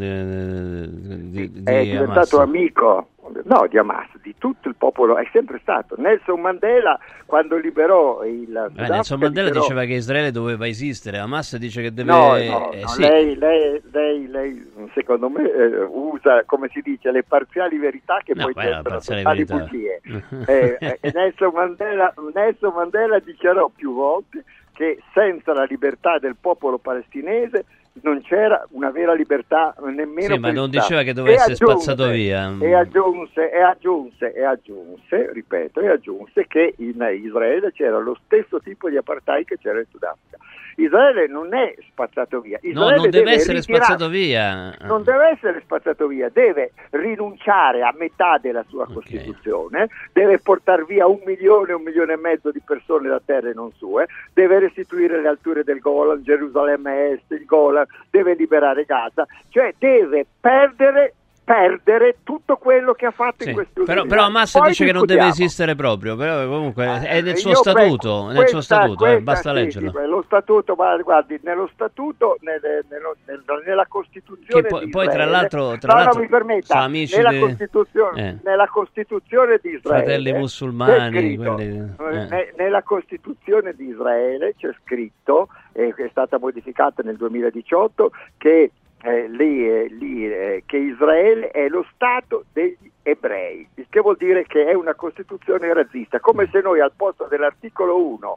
di, di, di è diventato Hamas. amico, no, di Hamas, di tutto il popolo, è sempre stato. Nelson Mandela, quando liberò il Eh, Sudafrica, Nelson Mandela dichiarò- diceva che Israele doveva esistere, Hamas dice che deve... No, no, eh, no, sì. lei, lei, lei, lei, secondo me eh, usa, come si dice, le parziali verità che No, poi beh, la diventano parziale totali verità. bugie. Eh, eh, Nelson Mandela, Nelson Mandela dichiarò più volte che senza la libertà del popolo palestinese non c'era una vera libertà nemmeno Sì, ma per non il Stato. diceva che doveva E essere aggiunse- spazzato via. E aggiunse, e aggiunse, e aggiunse, ripeto, e aggiunse che in Israele c'era lo stesso tipo di apartheid che c'era in Sudafrica. Israele non è spazzato via. No, Israele non deve essere ritirare- spazzato via. Non deve essere spazzato via, deve rinunciare a metà della sua Costituzione, deve portare via un milione, un milione e mezzo di persone da terre non sue, deve restituire le alture del Golan, Gerusalemme Est, il Golan, deve liberare Gaza, cioè deve perdere perdere tutto quello che ha fatto Sì, in questi ultimi però, però anni. Hamas Poi dice che non deve discutiamo. esistere proprio, però comunque è nel Eh, suo io statuto, penso- nel questa- suo statuto, eh, questa basta sì, leggerlo. sì, lo statuto, ma guardi, nello statuto, nelle- nello- nel- nella Costituzione Che poi- di poi, tra Israele- l'altro- tra no, l'altro, no, mi permetta, sono amici nella, di- Costituzione, eh. nella Costituzione di Israele Fratelli c'è musulmani, scritto, quelli- eh. ne- nella Costituzione di Israele c'è scritto, e che è stata modificata nel duemiladiciotto, che Eh, lì, eh, lì, eh, che Israele è lo Stato degli ebrei, il che vuol dire che è una Costituzione razzista, come se noi al posto dell'articolo uno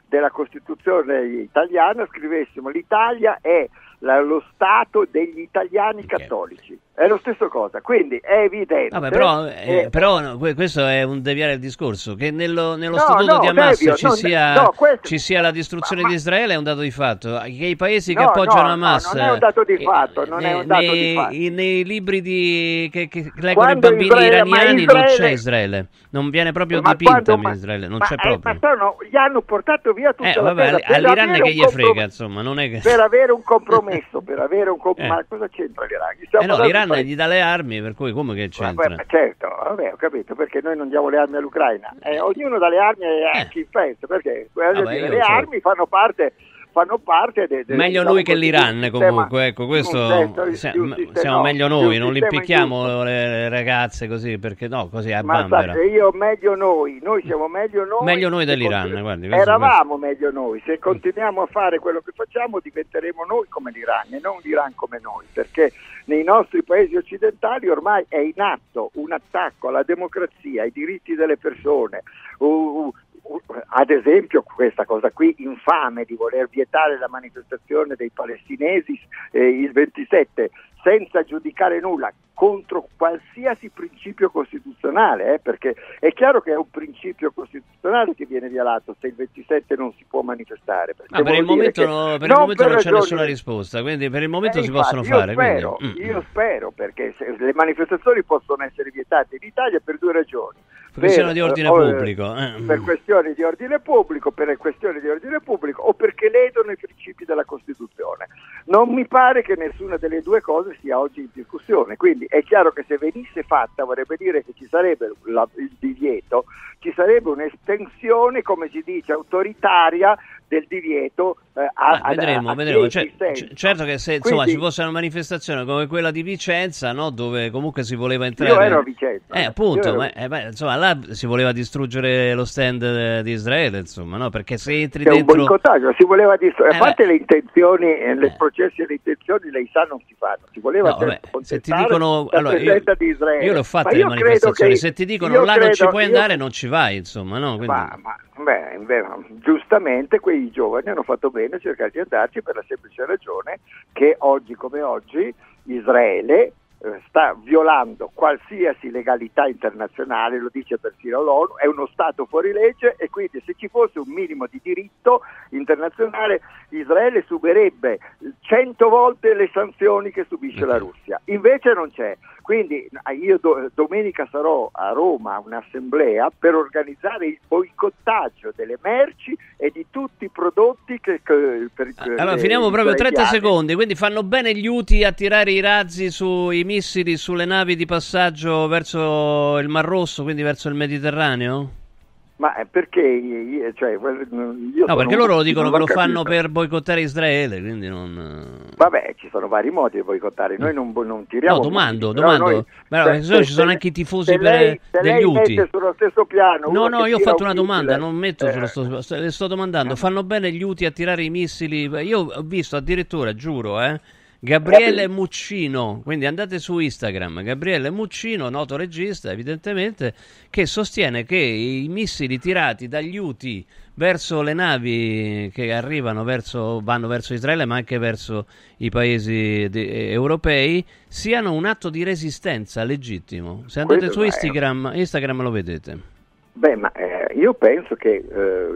della Costituzione italiana scrivessimo l'Italia è la, lo Stato degli italiani okay. cattolici. È lo stesso cosa, quindi è evidente. Vabbè, però, eh, eh, però no, questo è un deviare il discorso, che nello, nello no, statuto no, di Hamas Nevio, ci, no, sia, no, questo, ci sia la distruzione ma, di Israele è un dato di fatto, che i paesi che no, appoggiano no, Hamas... No, non è un dato di fatto, non nei, è un dato nei, di fatto. I, nei libri di, che, che leggono Quando i bambini Israele, iraniani Israele, non c'è Israele, non viene proprio ma dipinta quando, Israele, non ma, c'è eh, proprio. Ma sono, gli hanno portato via tutta eh, la vabbè, terra. all'Iran che gli comprom- frega, insomma, non è che... Per avere un compromesso, per avere un compromesso, eh. ma cosa c'entra l'Iran? Eh no, l'Iran fare... gli dà le armi, per cui come che c'entra? Ma, certo, vabbè, ho capito, perché noi non diamo le armi all'Ucraina. Eh, ognuno dà le armi a chi pensa, perché Vabbè, dire, le so. armi fanno parte... fanno parte de, de, meglio diciamo noi che così, l'Iran sistema, comunque, ecco, questo senso, siamo, sistema, siamo no, meglio noi, non li impicchiamo ingiusto. le ragazze così, perché no, così a ma bambera. Sa, io meglio noi, noi siamo meglio noi. Meglio noi dell'Iran, continu- guardi. Questo, Eravamo questo. meglio noi, se continuiamo a fare quello che facciamo diventeremo noi come l'Iran e non l'Iran come noi, perché nei nostri paesi occidentali ormai è in atto un attacco alla democrazia, ai diritti delle persone, uh, uh, ad esempio questa cosa qui infame di voler vietare la manifestazione dei palestinesi eh, il ventisette senza giudicare nulla contro qualsiasi principio costituzionale, eh, perché è chiaro che è un principio costituzionale che viene violato se il ventisette non si può manifestare. Ah, per il momento, no, per il momento non c'è nessuna risposta, quindi per il momento eh, si infatti, possono io fare. Spero, quindi... Io spero, perché se, le manifestazioni possono essere vietate in Italia per due ragioni. Per questioni di ordine eh, pubblico. Eh. Per questioni di ordine pubblico, per questioni di ordine pubblico o perché ledono i principi della Costituzione. Non mi pare che nessuna delle due cose sia oggi in discussione, quindi è chiaro che se venisse fatta vorrebbe dire che ci sarebbe la, il divieto, ci sarebbe un'estensione, come si dice, autoritaria del divieto eh, a, ah, vedremo, a, a vedremo. Cioè, c- certo che se insomma Quindi, ci fosse una manifestazione come quella di Vicenza, no, dove comunque si voleva entrare, io ero a Vicenza, eh appunto, ero... ma, eh, beh, insomma là si voleva distruggere lo stand eh, di Israele, insomma, no, perché se entri C'è dentro un boicottaggio, si voleva distruggere, eh, a parte beh. le intenzioni, eh, le processi e le intenzioni lei sa non si fanno, si voleva no, vabbè, se ti dicono la allora, io, di Israele. io le ho fatte Ma le manifestazioni, che, se ti dicono là credo, non ci puoi io... andare non ci vai, insomma, no? Quindi... ma, ma beh, beh, giustamente quei giovani hanno fatto bene a cercare di andarci per la semplice ragione che oggi come oggi Israele eh, sta violando qualsiasi legalità internazionale, lo dice persino l'ONU, è uno Stato fuori legge e quindi se ci fosse un minimo di diritto internazionale Israele subirebbe cento volte le sanzioni che subisce la Russia, invece non c'è. Quindi io do, domenica sarò a Roma a un'assemblea per organizzare il boicottaggio delle merci e di tutti i prodotti che... che per, allora le, finiamo proprio trenta italiani. secondi, quindi fanno bene gli Houthi a tirare i razzi sui missili sulle navi di passaggio verso il Mar Rosso, quindi verso il Mediterraneo? Ma perché io, cioè, io no, perché loro lo dicono che lo capito. fanno per boicottare Israele, quindi non... Vabbè, ci sono vari modi di boicottare, noi non, non tiriamo... No, domando, modi, domando. Noi, Beh, se, se, se, ci sono se, anche i tifosi per, lei, degli Houthi. mette sullo stesso piano... No, no, io ho fatto una un domanda, missile, non metto eh, sullo stesso... Le sto domandando, fanno bene gli Houthi a tirare i missili? Io ho visto addirittura, giuro, eh... Gabriele Muccino, quindi andate su Instagram, Gabriele Muccino, noto regista evidentemente, che sostiene che i missili tirati dagli Houthi verso le navi che arrivano verso, vanno verso Israele ma anche verso i paesi de- europei siano un atto di resistenza legittimo. Se andate Questo su Instagram, Instagram lo vedete. Beh, ma eh, io penso che eh,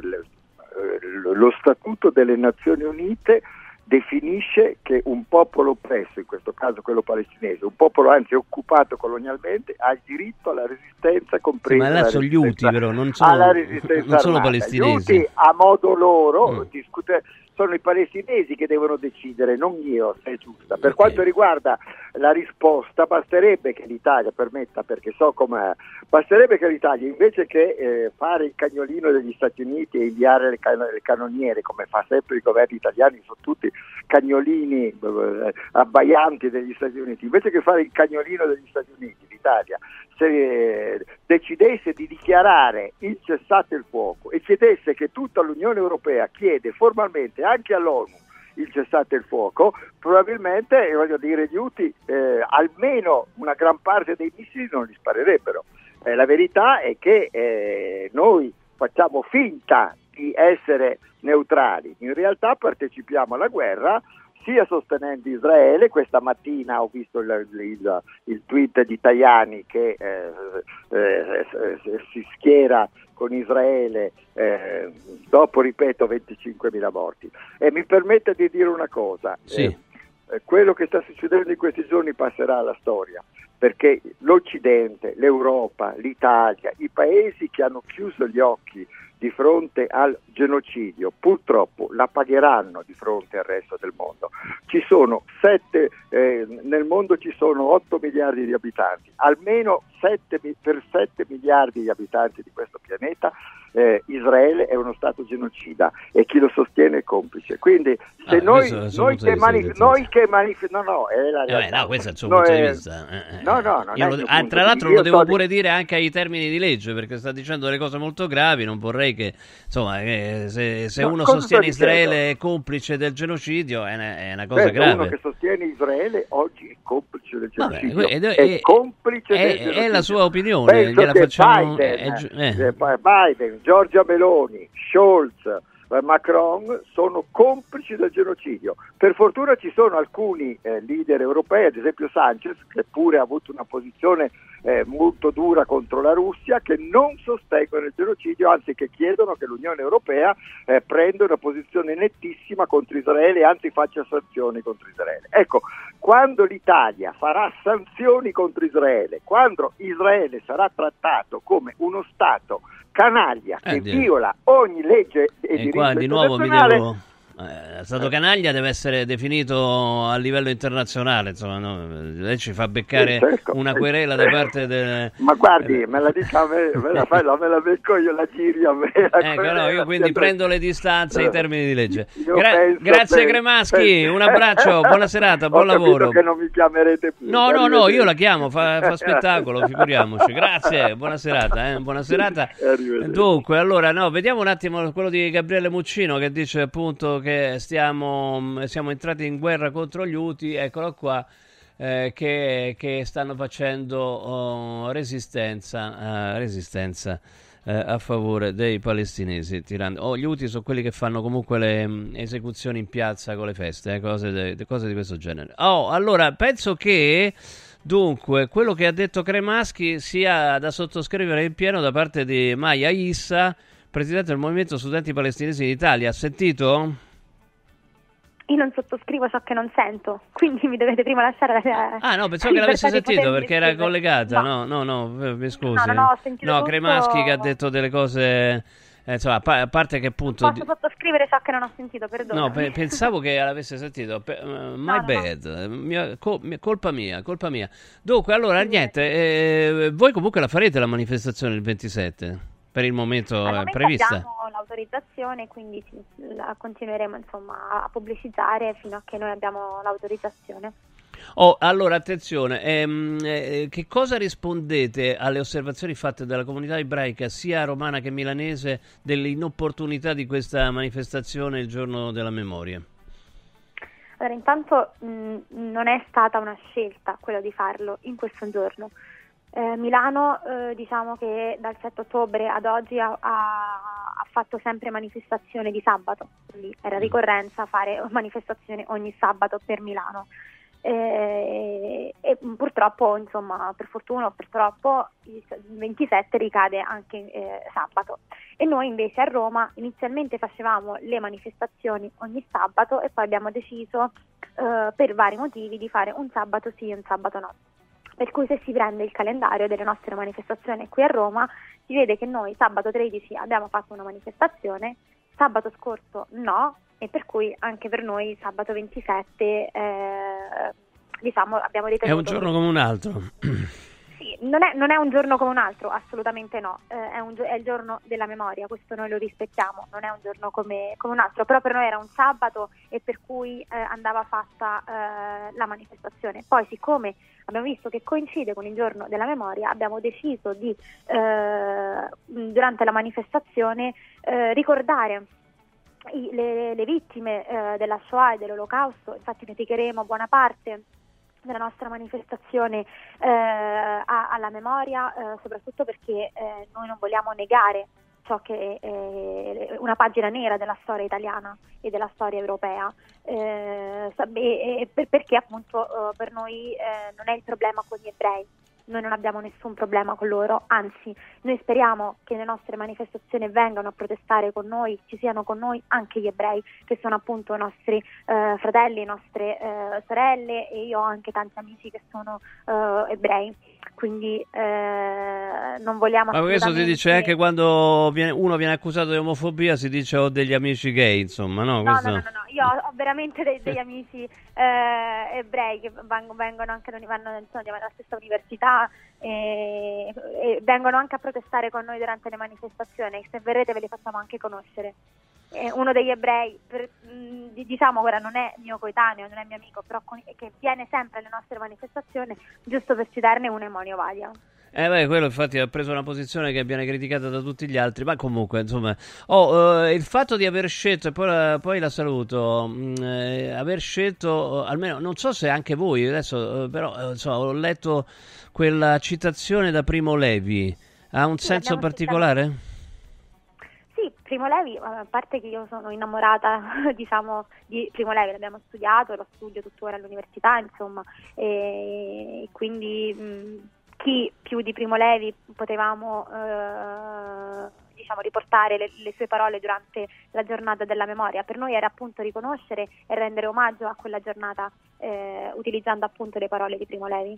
lo Statuto delle Nazioni Unite definisce che un popolo oppresso, in questo caso quello palestinese, un popolo anzi occupato colonialmente, ha il diritto alla resistenza, compresa sì, ma là la sono gli resistenza, Houthi però, non sono, alla resistenza non sono armata. palestinesi. Gli Houthi a modo loro Mm. discute, sono i palestinesi che devono decidere, non io, se è giusta. Per Ok. quanto riguarda la risposta, basterebbe che l'Italia permetta, perché so com'è, basterebbe che l'Italia invece che eh, fare il cagnolino degli Stati Uniti e inviare le, can- le cannoniere, come fa sempre i governi italiani, sono tutti cagnolini eh, abbaianti degli Stati Uniti, invece che fare il cagnolino degli Stati Uniti, l'Italia se eh, decidesse di dichiarare il cessate il fuoco e chiedesse che tutta l'Unione Europea chiede formalmente anche all'ONU il cessate il fuoco, probabilmente, eh, voglio dire, gli Houthi eh, almeno una gran parte dei missili non li sparerebbero. Eh, la verità è che eh, noi facciamo finta di essere neutrali. In realtà partecipiamo alla guerra sia sostenendo Israele. Questa mattina ho visto il, il, il tweet di Tajani che eh, eh, eh, si schiera con Israele eh, dopo, ripeto, venticinquemila morti. E mi permette di dire una cosa, sì. eh, quello che sta succedendo in questi giorni passerà alla storia, perché l'Occidente, l'Europa, l'Italia, i paesi che hanno chiuso gli occhi di fronte al genocidio, purtroppo la pagheranno di fronte al resto del mondo. Ci sono sette, eh, nel mondo ci sono otto miliardi di abitanti, almeno sette, per sette miliardi di abitanti di questo pianeta eh, Israele è uno stato genocida e chi lo sostiene è complice. Quindi se ah, noi, noi, che manif- noi che manifestiamo, no no, è la eh, no, questo è il suo no, punto è... di vista. Eh, no, no, non Io è lo, il ah, punto tra di... l'altro Io lo devo sto... pure dire anche ai termini di legge, perché sta dicendo delle cose molto gravi. Non vorrei che, insomma, eh, se, se no, uno sostiene Israele dicendo? è complice del genocidio, è una, è una cosa Beh, grave. Uno che sostiene Israele oggi è complice del genocidio. Vabbè, ed, è, è, complice è, del genocidio. È la sua opinione. Penso gliela che facciamo, Biden, è, è, eh. Biden, Giorgia Meloni, Scholz, Macron sono complici del genocidio. Per fortuna ci sono alcuni eh, leader europei, ad esempio Sanchez, che pure ha avuto una posizione eh, molto dura contro la Russia, che non sostengono il genocidio, anzi che chiedono che l'Unione Europea eh, prenda una posizione nettissima contro Israele e anzi faccia sanzioni contro Israele. Ecco, quando l'Italia farà sanzioni contro Israele, quando Israele sarà trattato come uno Stato canaglia che eh, viola ogni legge e, e diritto qua di nuovo mi internazionale, devo eh, stato canaglia deve essere definito a livello internazionale, insomma, no? Lei ci fa beccare sì, certo. una querela da parte del... ma guardi, me la dica a me, me la fai, me la becco io, la giri a me la ecco, no, io quindi prendo le distanze ai termini di legge. Gra- penso, grazie penso, Cremaschi, penso. un abbraccio, buona serata, buon Ho lavoro. che non mi chiamerete più. No, no, no, io la chiamo, fa, fa spettacolo, figuriamoci. Grazie, buona serata, eh, buona serata. Dunque, allora, no, vediamo un attimo quello di Gabriele Muccino che dice appunto che stiamo siamo entrati in guerra contro gli Houthi, eccolo qua, eh, che, che stanno facendo oh, resistenza, uh, resistenza uh, a favore dei palestinesi. Tirando. Oh, gli Houthi sono quelli che fanno comunque le um, esecuzioni in piazza con le feste, eh, cose, de, de, cose di questo genere. Oh, allora, penso che dunque quello che ha detto Cremaschi sia da sottoscrivere in pieno da parte di Maya Issa, presidente del Movimento Studenti Palestinesi d'Italia. Ha sentito? Io non sottoscrivo ciò che non sento, quindi mi dovete prima lasciare la Ah no, pensavo che l'avesse sentito perché era collegata. No, no, no, no mi scusi. No, no, no, ho sentito no tutto... Cremaschi che ha detto delle cose... Eh, insomma, a parte che appunto... Posso sottoscrivere ciò che non ho sentito, perdono. No, pe- pensavo che l'avesse sentito. Pe- uh, my no, bad, no. Mia, col- mia, colpa mia, colpa mia. Dunque, allora, sì, niente, eh, voi comunque la farete la manifestazione il ventisette? Per il momento Al è momento prevista? Abbiamo l'autorizzazione, quindi la continueremo insomma a pubblicizzare fino a che noi abbiamo l'autorizzazione. Oh, allora attenzione, ehm, eh, che cosa rispondete alle osservazioni fatte dalla comunità ebraica sia romana che milanese dell'inopportunità di questa manifestazione il giorno della memoria? Allora, intanto mh, non è stata una scelta quella di farlo in questo giorno. Eh, Milano eh, diciamo che dal sette ottobre ad oggi ha, ha, ha fatto sempre manifestazione di sabato, quindi era ricorrenza fare manifestazione ogni sabato per Milano. E, e purtroppo, insomma, per fortuna o per troppo, il ventisette ricade anche eh, sabato. E noi invece a Roma inizialmente facevamo le manifestazioni ogni sabato e poi abbiamo deciso eh, per vari motivi di fare un sabato sì e un sabato no. Per cui se si prende il calendario delle nostre manifestazioni qui a Roma si vede che noi sabato tredici abbiamo fatto una manifestazione, sabato scorso no, e per cui anche per noi sabato ventisette eh, diciamo abbiamo ritenuto... È un giorno come un altro. Sì, non è, non è un giorno come un altro, assolutamente no, eh, è, un, è il giorno della memoria, questo noi lo rispettiamo, non è un giorno come, come un altro, però per noi era un sabato e per cui eh, andava fatta eh, la manifestazione. Poi siccome abbiamo visto che coincide con il giorno della memoria, abbiamo deciso di eh, durante la manifestazione eh, ricordare i, le, le vittime eh, della Shoah e dell'Olocausto. Infatti dedicheremo buona parte della nostra manifestazione eh, a, alla memoria, eh, soprattutto perché eh, noi non vogliamo negare ciò che è una pagina nera della storia italiana e della storia europea, eh, e, e perché appunto eh, per noi eh, non è il problema con gli ebrei. Noi non abbiamo nessun problema con loro, anzi noi speriamo che le nostre manifestazioni vengano a protestare con noi, ci siano con noi anche gli ebrei, che sono appunto i nostri eh, fratelli, nostre eh, sorelle, e io ho anche tanti amici che sono eh, ebrei, quindi eh, non vogliamo Ma questo si dice anche quando viene, uno viene accusato di omofobia, si dice ho degli amici gay, insomma, no? No, questo... no, no, no, io ho veramente dei, degli amici eh, ebrei che vengono, vengono anche vanno, insomma, alla stessa università e, e vengono anche a protestare con noi durante le manifestazioni. Se verrete ve li facciamo anche conoscere. Eh, uno degli ebrei, per, mh, diciamo, ora non è mio coetaneo, non è mio amico, però con, che viene sempre alle nostre manifestazioni, giusto per citarne uno, è Moni Ovadia. Eh beh, quello infatti ha preso una posizione che viene criticata da tutti gli altri, ma comunque, insomma, oh, eh, il fatto di aver scelto, e poi la, poi la saluto, mh, eh, aver scelto, almeno, non so se anche voi, adesso, eh, però, eh, so, ho letto quella citazione da Primo Levi, ha un sì, senso particolare? Sì, Primo Levi, a parte che io sono innamorata, diciamo, di Primo Levi, l'abbiamo studiato, lo studio tuttora all'università, insomma, e quindi... Mh, chi più di Primo Levi potevamo eh, diciamo riportare le, le sue parole durante la giornata della memoria. Per noi era appunto riconoscere e rendere omaggio a quella giornata eh, utilizzando appunto le parole di Primo Levi.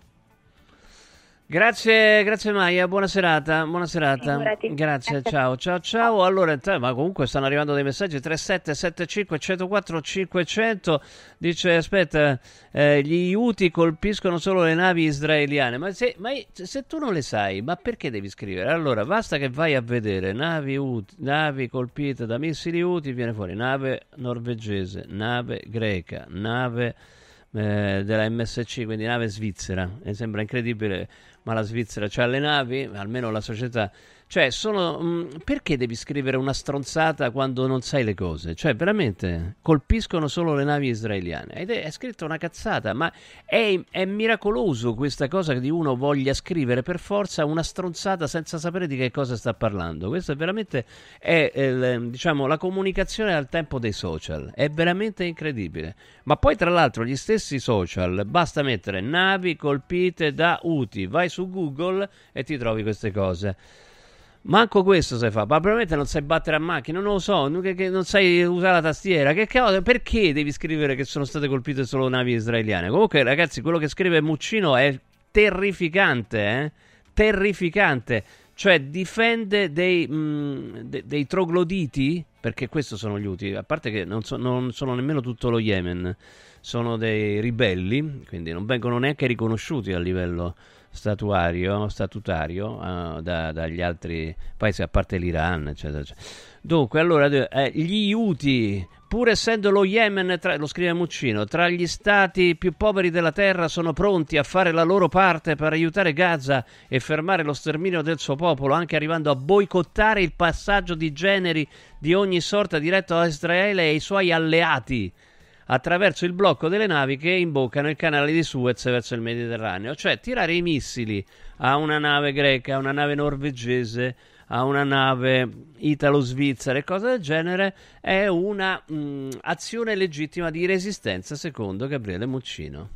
Grazie, grazie Maia, buona serata, buona serata. Figurati. Grazie, Grazie. ciao, ciao, ciao. Allora, t- ma comunque stanno arrivando dei messaggi. Tre sette sette cinque uno zero quattro cinquecento dice, aspetta, eh, gli Houthi colpiscono solo le navi israeliane. Ma, se, ma se tu non le sai, ma perché devi scrivere? Allora, basta che vai a vedere navi, Houthi, navi colpite da missili Houthi, viene fuori nave norvegese, nave greca, nave eh, della M S C, quindi nave svizzera. Mi sembra incredibile, ma la Svizzera c'ha le navi, almeno la società. Cioè, sono mh, perché devi scrivere una stronzata quando non sai le cose? Cioè, veramente, colpiscono solo le navi israeliane. Ed è, è scritto una cazzata, ma è, è miracoloso questa cosa che di uno voglia scrivere per forza una stronzata senza sapere di che cosa sta parlando. Questo è veramente, è, è, diciamo, la comunicazione al tempo dei social. È veramente incredibile. Ma poi, tra l'altro, gli stessi social, basta mettere navi colpite da Houthi, vai su Google e ti trovi queste cose. Manco questo sai fa, probabilmente non sai battere a macchina, non lo so, non, che, non sai usare la tastiera, che cavolo, perché devi scrivere che sono state colpite solo navi israeliane? Comunque ragazzi, quello che scrive Muccino è terrificante, eh? Terrificante, cioè difende dei, mh, de, dei trogloditi, perché questo sono gli Houthi, a parte che non, so, non sono nemmeno tutto lo Yemen, sono dei ribelli, quindi non vengono neanche riconosciuti a livello statuario, statutario uh, da, dagli altri paesi, a parte l'Iran, eccetera, eccetera. Dunque, allora, eh, gli Houthi, pur essendo lo Yemen, tra, lo scrive Muccino, tra gli stati più poveri della terra, sono pronti a fare la loro parte per aiutare Gaza e fermare lo sterminio del suo popolo, anche arrivando a boicottare il passaggio di generi di ogni sorta diretto a Israele e ai suoi alleati, attraverso il blocco delle navi che imboccano il canale di Suez verso il Mediterraneo. Cioè tirare i missili a una nave greca, a una nave norvegese, a una nave italo-svizzera e cose del genere è una mh, azione legittima di resistenza, secondo Gabriele Muccino.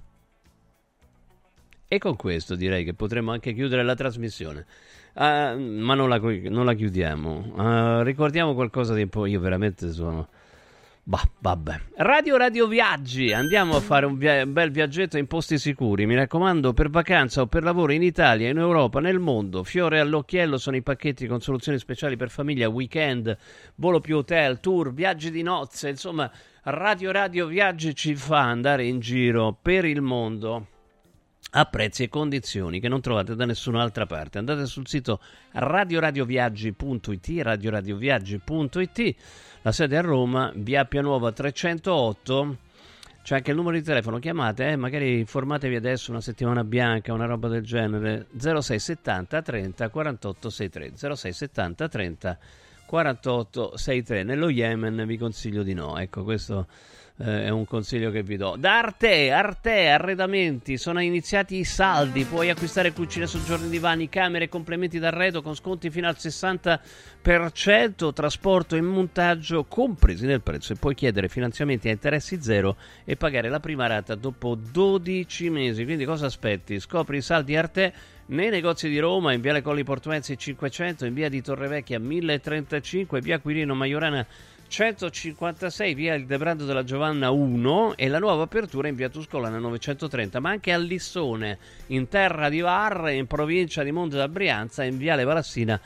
E con questo direi che potremmo anche chiudere la trasmissione, uh, ma non la, non la chiudiamo. Uh, ricordiamo qualcosa di un po', io veramente sono... Bah, vabbè. Radio Radio Viaggi, andiamo a fare un, via- un bel viaggetto in posti sicuri, mi raccomando, per vacanza o per lavoro in Italia, in Europa, nel mondo. Fiore all'occhiello sono i pacchetti con soluzioni speciali per famiglia, weekend, volo più hotel, tour, viaggi di nozze, insomma, Radio Radio Viaggi ci fa andare in giro per il mondo a prezzi e condizioni che non trovate da nessun'altra parte. Andate sul sito radioradioviaggi punto it, radioradioviaggi punto it. La sede a Roma, via Appia Nuova trecentootto. C'è anche il numero di telefono, chiamate, eh, magari informatevi adesso, una settimana bianca, una roba del genere. zero sei settanta trenta quarantotto sessantatré, zero sei settanta trenta quarantotto sessantatré. Nello Yemen vi consiglio di no, ecco, questo eh, è un consiglio che vi do. Da Arte, Arte Arredamenti, sono iniziati i saldi, puoi acquistare cucine, soggiorni, divani, camere e complementi d'arredo con sconti fino al sessanta per cento, trasporto e montaggio compresi nel prezzo, e puoi chiedere finanziamenti a interessi zero e pagare la prima rata dopo dodici mesi. Quindi cosa aspetti? Scopri i saldi Arte nei negozi di Roma, in Viale Colli Portuensi cinquecento, in Via di Torrevecchia mille trentacinque, Via Quirino Maiorana centocinquantasei, Via Il Debrando della Giovanna uno, e la nuova apertura in Via Tuscolana novecentotrenta, ma anche a Lissone, in terra di Varre, in provincia di Monza da Brianza, in Viale Valassina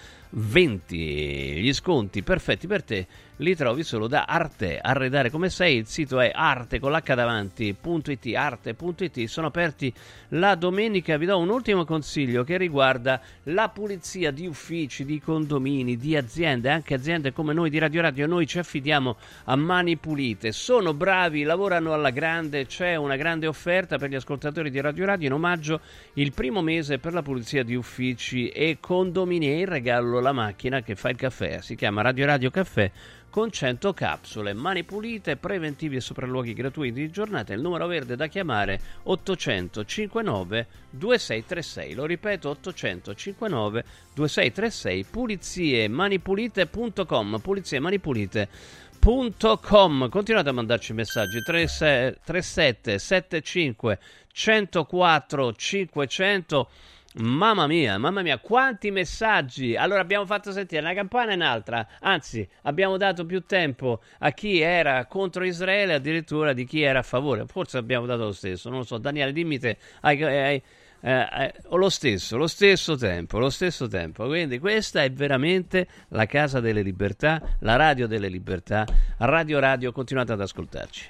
venti. Gli sconti perfetti per te li trovi solo da Arte. Arredare come sei, il sito è arte con l'H davanti punto it, arte punto it. Sono aperti la domenica. Vi do un ultimo consiglio che riguarda la pulizia di uffici, di condomini, di aziende, anche aziende come noi di Radio Radio. Noi ci affidiamo a Mani Pulite, sono bravi, lavorano alla grande, c'è una grande offerta per gli ascoltatori di Radio Radio in omaggio il primo mese per la pulizia di uffici e condomini, e in regalo la macchina che fa il caffè, si chiama Radio Radio Caffè con cento capsule. Mani Pulite, preventivi e sopralluoghi gratuiti di giornata. Il numero verde da chiamare ottocento cinquantanove ventisei trentasei, lo ripeto, ottocento cinquantanove ventisei trentasei. pulizie manipulite punto com, pulizie manipulite punto com. Continuate a mandarci messaggi tre sette sette cinque uno zero quattro cinquecento. Mamma mia, mamma mia, quanti messaggi! Allora abbiamo fatto sentire una campana e un'altra, anzi abbiamo dato più tempo a chi era contro Israele addirittura di chi era a favore, forse abbiamo dato lo stesso, non lo so. Daniele, dimmi te, hai, hai, eh, eh, o lo stesso, lo stesso tempo, lo stesso tempo. Quindi questa è veramente la casa delle libertà, la radio delle libertà. Radio Radio, continuate ad ascoltarci.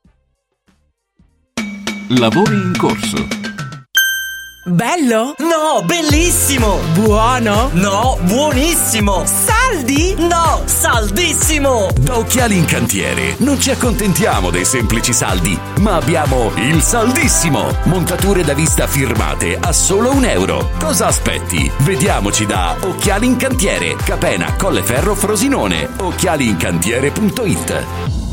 Lavori in corso. Bello? No, bellissimo! Buono? No, buonissimo! Saldi? No, saldissimo! Da Occhiali in Cantiere non ci accontentiamo dei semplici saldi, ma abbiamo il saldissimo! Montature da vista firmate a solo un euro. Cosa aspetti? Vediamoci da Occhiali in Cantiere, Capena, Colleferro, Frosinone. occhiali in cantiere punto it.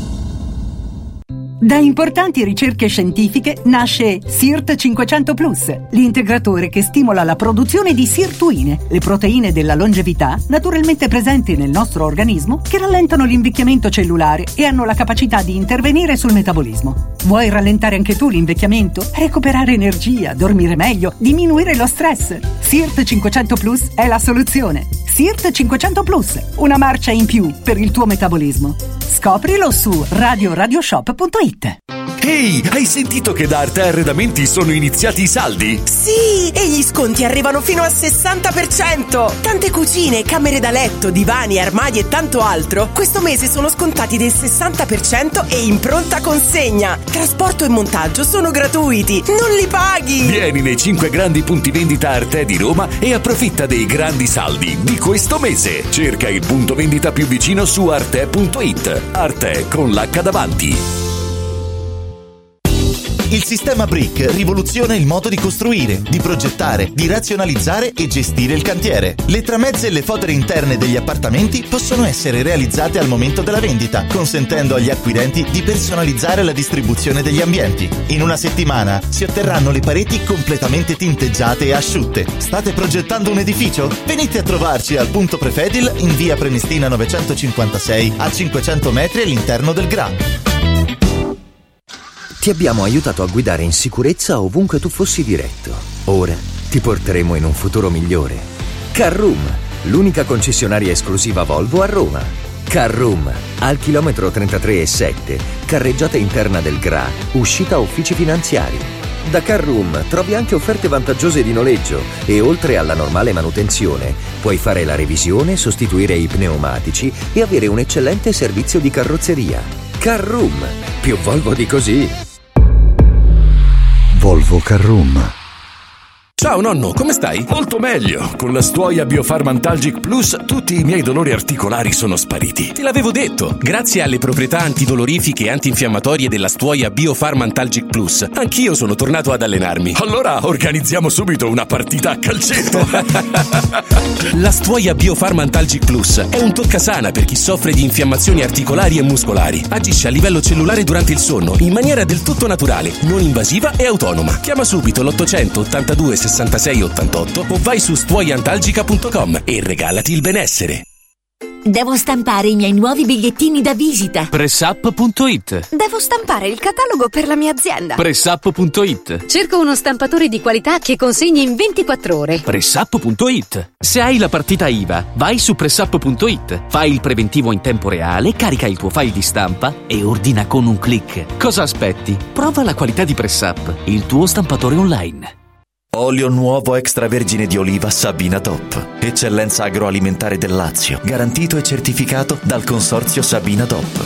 Da importanti ricerche scientifiche nasce SIRT cinquecento plus, l'integratore che stimola la produzione di sirtuine, le proteine della longevità naturalmente presenti nel nostro organismo che rallentano l'invecchiamento cellulare e hanno la capacità di intervenire sul metabolismo. Vuoi rallentare anche tu l'invecchiamento? Recuperare energia, dormire meglio, diminuire lo stress? SIRT cinquecento plus è la soluzione. SIRT cinquecento plus, una marcia in più per il tuo metabolismo. Scoprilo su radio radioshop punto it. Ehi, hai sentito che da Arte Arredamenti sono iniziati i saldi? Sì, e gli sconti arrivano fino al sessanta per cento. Tante cucine, camere da letto, divani, armadi e tanto altro questo mese sono scontati del sessanta per cento e in pronta consegna. Trasporto e montaggio sono gratuiti, non li paghi. Vieni nei cinque grandi punti vendita Arte di Roma e approfitta dei grandi saldi di questo mese. Cerca il punto vendita più vicino su arte punto it. Arte con l'H davanti. Il sistema Brick rivoluziona il modo di costruire, di progettare, di razionalizzare e gestire il cantiere. Le tramezze e le fodere interne degli appartamenti possono essere realizzate al momento della vendita, consentendo agli acquirenti di personalizzare la distribuzione degli ambienti. In una settimana si otterranno le pareti completamente tinteggiate e asciutte. State progettando un edificio? Venite a trovarci al punto Prefedil in via Prenestina novecentocinquantasei, a cinquecento metri all'interno del Gra. Ti abbiamo aiutato a guidare in sicurezza ovunque tu fossi diretto. Ora ti porteremo in un futuro migliore. Carroom, l'unica concessionaria esclusiva Volvo a Roma. Carroom, al chilometro trentatré e sette, carreggiata interna del Gra, uscita uffici finanziari. Da Carroom trovi anche offerte vantaggiose di noleggio e oltre alla normale manutenzione puoi fare la revisione, sostituire i pneumatici e avere un eccellente servizio di carrozzeria. Carroom, più Volvo di così. Volvo Carroom. Ciao nonno, come stai? Molto meglio. Con la Stuoia Biofarmantalgic Plus tutti i miei dolori articolari sono spariti. Te l'avevo detto. Grazie alle proprietà antidolorifiche e antinfiammatorie della Stuoia Biofarmantalgic Plus, anch'io sono tornato ad allenarmi. Allora organizziamo subito una partita a calcetto. La Stuoia Biofarmantalgic Plus è un toccasana per chi soffre di infiammazioni articolari e muscolari. Agisce a livello cellulare durante il sonno in maniera del tutto naturale, non invasiva e autonoma. Chiama subito l'ottocento ottantadue sessantasei ottantotto o vai su stuoiantalgica punto com e regalati il benessere. Devo stampare i miei nuovi bigliettini da visita. pressup punto it. Devo stampare il catalogo per la mia azienda. pressup punto it. Cerco uno stampatore di qualità che consegni in ventiquattro ore. pressup punto it. Se hai la partita I V A, vai su pressup punto it, fai il preventivo in tempo reale, carica il tuo file di stampa e ordina con un click. Cosa aspetti? Prova la qualità di Pressup, il tuo stampatore online. Olio nuovo extravergine di oliva Sabina Top. Eccellenza agroalimentare del Lazio. Garantito e certificato dal consorzio Sabina Top.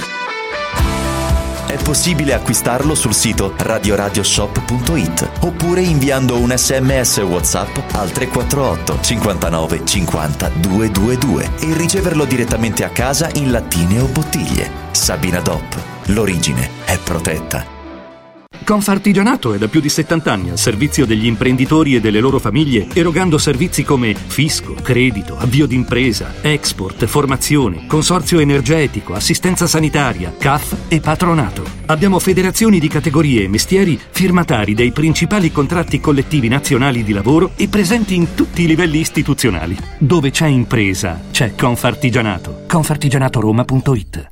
È possibile acquistarlo sul sito radioradioshop punto it oppure inviando un sms WhatsApp al tre quattro otto cinquantanove cinquanta duecentoventidue e riceverlo direttamente a casa in lattine o bottiglie. Sabina Top. L'origine è protetta. Confartigianato è da più di settanta anni al servizio degli imprenditori e delle loro famiglie, erogando servizi come fisco, credito, avvio d'impresa, export, formazione, consorzio energetico, assistenza sanitaria, C A F e patronato. Abbiamo federazioni di categorie e mestieri firmatari dei principali contratti collettivi nazionali di lavoro e presenti in tutti i livelli istituzionali. Dove c'è impresa, c'è Confartigianato. confartigianato roma punto it.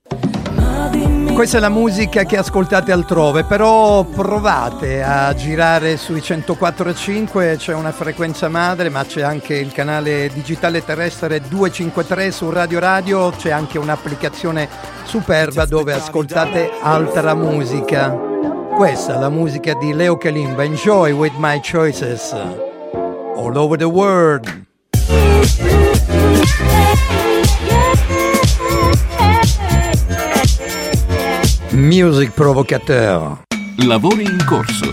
Questa è la musica che ascoltate altrove, però provate a girare sui centoquattro e cinque, c'è una frequenza madre, ma c'è anche il canale digitale terrestre duecentocinquantatré su Radio Radio, c'è anche un'applicazione superba dove ascoltate altra musica. Questa è la musica di Leo Kalimba, Enjoy with My Choices, all over the world. Music provocateur. Lavori in corso.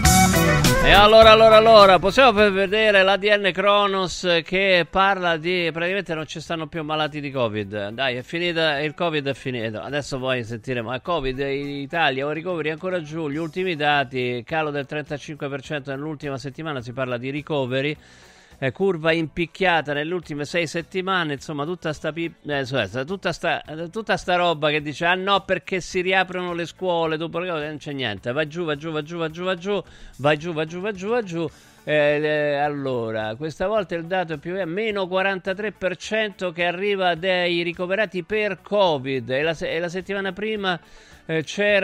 E allora, allora, allora, possiamo vedere l'A D N Kronos che parla di, praticamente non ci stanno più malati di Covid. Dai, è finita, il Covid è finito. Adesso poi sentiremo, ma Covid in Italia, o ricoveri ancora giù, gli ultimi dati, calo del trentacinque per cento nell'ultima settimana, si parla di ricoveri. Eh, curva impicchiata nelle ultime sei settimane, insomma tutta sta, pip- eh, tutta, sta, tutta sta roba che dice ah no perché si riaprono le scuole dopo le cose, non c'è niente, va giù, va giù, va giù, va giù, va giù, va giù, va giù, va giù, va giù. Eh, eh, allora, questa volta il dato è più è meno quarantatré per cento che arriva dai ricoverati per Covid e la, se- e la settimana prima eh,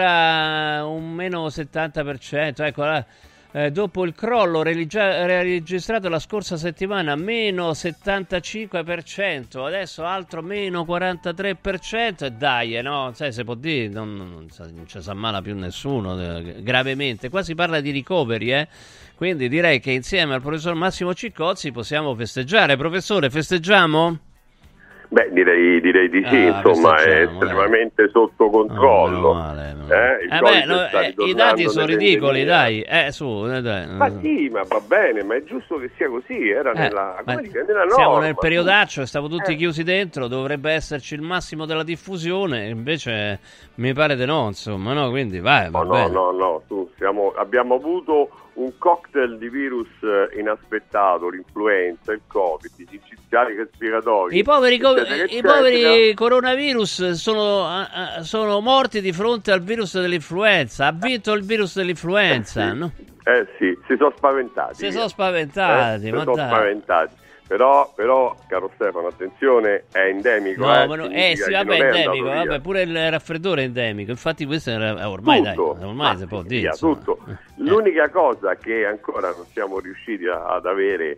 c'era un meno settanta per cento, ecco là. Eh, dopo il crollo religia- registrato la scorsa settimana, meno settantacinque per cento, adesso altro meno quarantatré per cento, e dai, eh, no, sai, se può dire, non, non, non ci si ammala più nessuno, eh, gravemente, qua si parla di ricoveri, eh, quindi direi che insieme al professor Massimo Ciccozzi possiamo festeggiare. Professore, festeggiamo? Beh, direi, direi di sì, ah, insomma, è estremamente dai. sotto controllo. Oh, male, male. Eh, eh beh, no, eh, i dati sono ridicoli, dai. Eh, su, dai. Ma sì, ma va bene, ma è giusto che sia così, era eh, nella, come dice, nella norma. Siamo nel periodaccio, stiamo tutti eh. chiusi dentro, dovrebbe esserci il massimo della diffusione, invece mi pare di no, insomma, no, quindi vai, va no, bene. No, no, no, tu, siamo, abbiamo avuto un cocktail di virus inaspettato, l'influenza, il Covid, gli inciziali respiratori. I poveri, co- eccetera, i poveri coronavirus sono, uh, sono morti di fronte al virus dell'influenza. Ha vinto il virus dell'influenza, eh sì, no? Eh sì, si sono spaventati. Si sono spaventati, eh, ma si sono dai. spaventati. Però, però, caro Stefano, attenzione, è endemico. No, eh, ma no, eh sì, vabbè, è endemico, vabbè, pure il raffreddore è endemico. Infatti questo è ormai, tutto, dai, ormai si può dire. Tutto. L'unica cosa che ancora non siamo riusciti a, ad avere,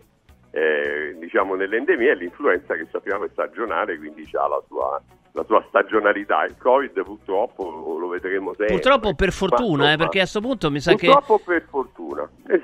eh, diciamo, nell'endemia è l'influenza, che sappiamo è stagionale, quindi ha la sua, la sua stagionalità. Il Covid purtroppo lo vedremo sempre. Purtroppo per fortuna, ma, eh, perché a questo punto mi sa purtroppo che... Purtroppo per fortuna, esatto.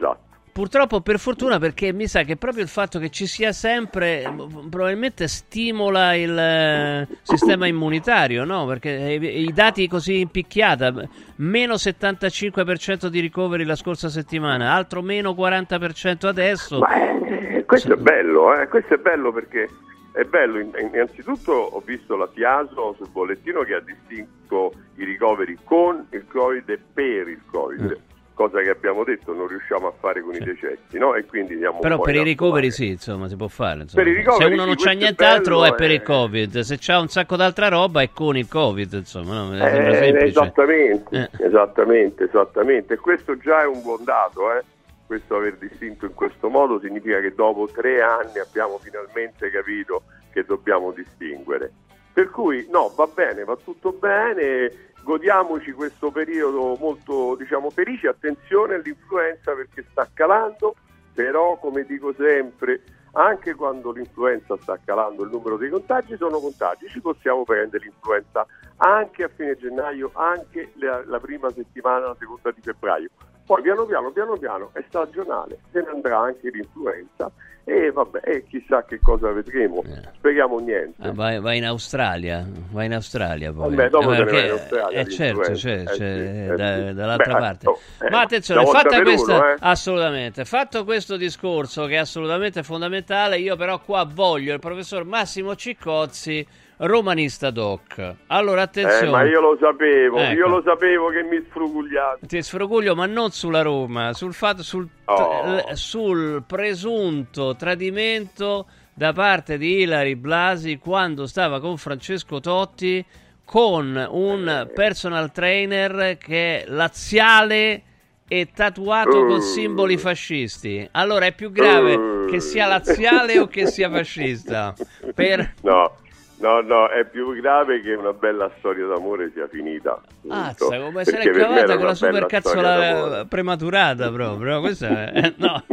Purtroppo, per fortuna, perché mi sa che proprio il fatto che ci sia sempre probabilmente stimola il eh, sistema immunitario, no? Perché i, i dati così in picchiata, meno settantacinque per cento di ricoveri la scorsa settimana, altro meno quaranta per cento adesso. Ma, eh, questo è bello, eh? Questo è bello perché è bello. Innanzitutto ho visto la Piaso sul bollettino che ha distinto i ricoveri con il Covid e per il Covid. Mm. Cosa che abbiamo detto non riusciamo a fare con sì. i decessi, no? E quindi diamo però un po' per i ricoveri male. sì, insomma, si può fare, insomma. Per i ricoveri, se uno non sì, c'ha nient'altro è, è per eh... il Covid, se c'ha un sacco d'altra roba è con il Covid, insomma, no? Mi sembra eh, semplice. Esattamente, eh. esattamente, esattamente. E questo già è un buon dato, eh? Questo aver distinto in questo modo significa che dopo tre anni abbiamo finalmente capito che dobbiamo distinguere. Per cui no, va bene, va tutto bene. Godiamoci questo periodo molto, diciamo, felice. Attenzione all'influenza perché sta calando, però come dico sempre, anche quando l'influenza sta calando il numero dei contagi sono contagi, ci possiamo prendere l'influenza anche a fine gennaio, anche la, la prima settimana, la seconda di febbraio. Poi piano piano, piano piano è stagionale, se ne andrà anche l'influenza e vabbè, e chissà che cosa vedremo, eh. speriamo niente. Ah, vai, vai in Australia, vai in Australia poi. Vabbè, dopo eh, se perché, ne vai in Australia. Eh, certo, c'è, eh, c'è, sì, eh, da, sì. dall'altra Beh, parte. oh, eh, Ma attenzione, fatta questa, uno, eh. assolutamente, fatto questo discorso che è assolutamente fondamentale, io però qua voglio il professor Massimo Ciccozzi, romanista doc. Allora attenzione. Eh, ma io lo sapevo, ecco. io lo sapevo che mi sfrugugliavi. Ti sfruguglio, ma non sulla Roma, sul fatto, sul, oh. l- sul presunto tradimento da parte di Ilary Blasi quando stava con Francesco Totti con un personal trainer che è laziale e tatuato uh. con simboli fascisti. Allora è più grave uh. che sia laziale o che sia fascista? Per... No. No, no, è più grave che una bella storia d'amore sia finita. Ah, come se l'è cavata con la super cazzola prematurata proprio. Questo è... No.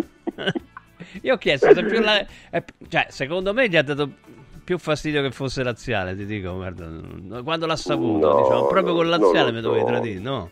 Io ho chiesto se più la... Cioè, secondo me gli ha dato più fastidio che fosse laziale, ti dico, guarda. Quando l'ha saputo, no, diciamo, proprio con laziale mi so. dovevi tradire, no?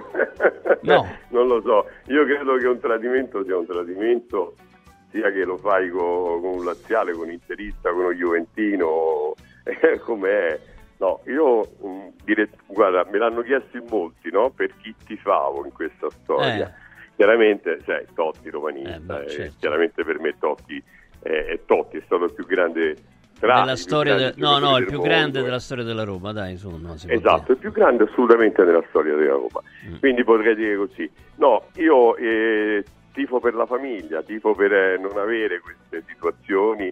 No. Non lo so. Io credo che un tradimento sia un tradimento, sia che lo fai con, con un laziale, con un interista, con uno juventino... Com'è? No, io mh, dire, guarda, me l'hanno chiesto in molti, no? Per chi tifavo in questa storia. Eh. Chiaramente, sai, Totti romanista, eh, beh, certo. eh, chiaramente per me Totti eh, è Totti, è stato il più grande tra della storia de... no, no, il più mondo, grande eh. della storia della Roma, dai, su, no, si esatto, il più grande assolutamente nella storia della Roma. Mm. Quindi potrei dire così. No, io eh, tifo per la famiglia, tifo per eh, non avere queste situazioni.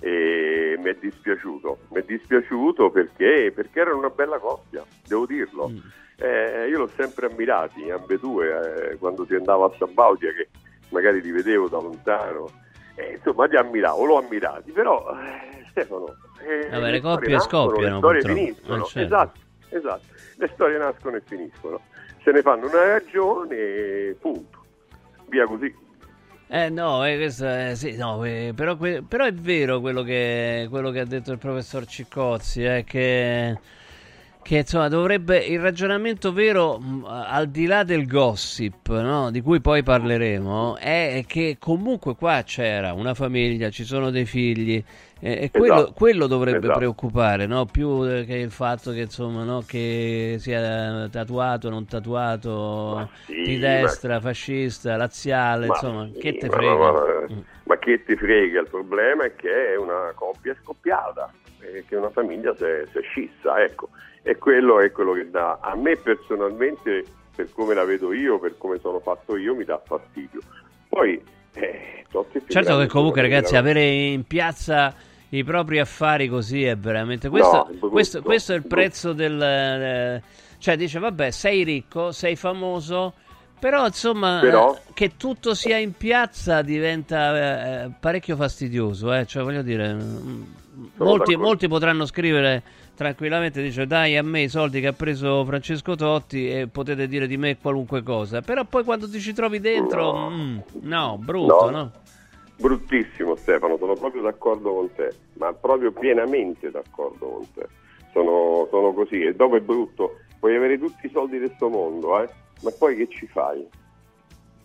E mi è dispiaciuto, mi è dispiaciuto perché, perché erano una bella coppia, devo dirlo. Mm. Eh, io l'ho sempre ammirati, ambedue, eh, quando si andava a San Baudia, che magari li vedevo da lontano, eh, insomma li ammiravo, l'ho ammirati, però eh, Stefano, eh, Vabbè, le, le coppie nascono, scoppiano, le storie purtroppo. finiscono, eh, certo. esatto, esatto, le storie nascono e finiscono, se ne fanno una ragione, punto, via così. Eh no, eh, questo, eh, sì, no eh, però, que- però è vero quello che, quello che ha detto il professor Ciccozzi, eh, che, che insomma dovrebbe, il ragionamento vero, mh, al di là del gossip, no, di cui poi parleremo, è che comunque qua c'era una famiglia, ci sono dei figli, eh, e quello, esatto. quello dovrebbe esatto. preoccupare, no? Più che il fatto che insomma, no, che sia tatuato, non tatuato, sì, di destra, ma... fascista, laziale, ma insomma, sì, che te ma, frega? Ma, ma, ma che te frega? Il problema è che è una coppia scoppiata, e che una famiglia si è, si è scissa, ecco. E quello è quello che dà, a me personalmente, per come la vedo io, per come sono fatto io, mi dà fastidio. Poi eh, certo che comunque ragazzi avere in piazza i propri affari così è veramente questo, no, brutto, questo, questo è il prezzo del eh, cioè dice vabbè, sei ricco, sei famoso, però insomma però... Eh, che tutto sia in piazza diventa eh, parecchio fastidioso, eh? Cioè voglio dire, molti, molti potranno scrivere tranquillamente, dice dai a me i soldi che ha preso Francesco Totti e potete dire di me qualunque cosa, però poi quando ti ci trovi dentro no, mm, no brutto, no. no? Bruttissimo Stefano, sono proprio d'accordo con te, ma proprio pienamente d'accordo con te, sono, sono così, e dopo è brutto, puoi avere tutti i soldi di questo mondo, eh? Ma poi che ci fai?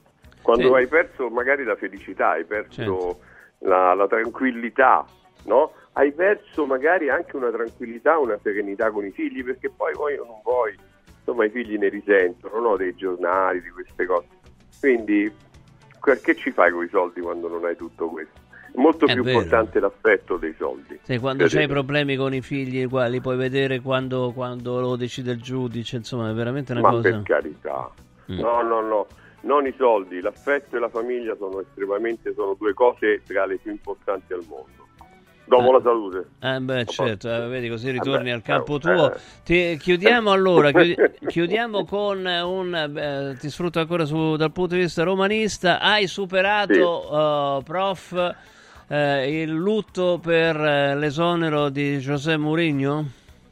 quando sì. hai perso magari la felicità, hai perso Certo. la, la tranquillità, no? Hai perso magari anche una tranquillità, una serenità con i figli, perché poi vuoi o non vuoi, insomma i figli ne risentono, no? Dei giornali, di queste cose. Quindi che ci fai con i soldi quando non hai tutto questo? È molto È più vero. importante l'affetto dei soldi. Sì, quando Credete. c'hai problemi con i figli, qua, li puoi vedere quando, quando lo decide il giudice, insomma, è veramente una Ma cosa. per carità, Mm. no, no, no, non i soldi, l'affetto e la famiglia sono estremamente, sono due cose tra le più importanti al mondo. Dopo Eh. la salute. Eh beh, certo, eh, vedi, così ritorni Eh beh, al campo eh, tuo. eh. Ti, chiudiamo allora, chiudi- chiudiamo con un, eh, ti sfrutto ancora su, dal punto di vista romanista. Hai superato, eh, prof, eh, il lutto per eh, l'esonero di José Mourinho?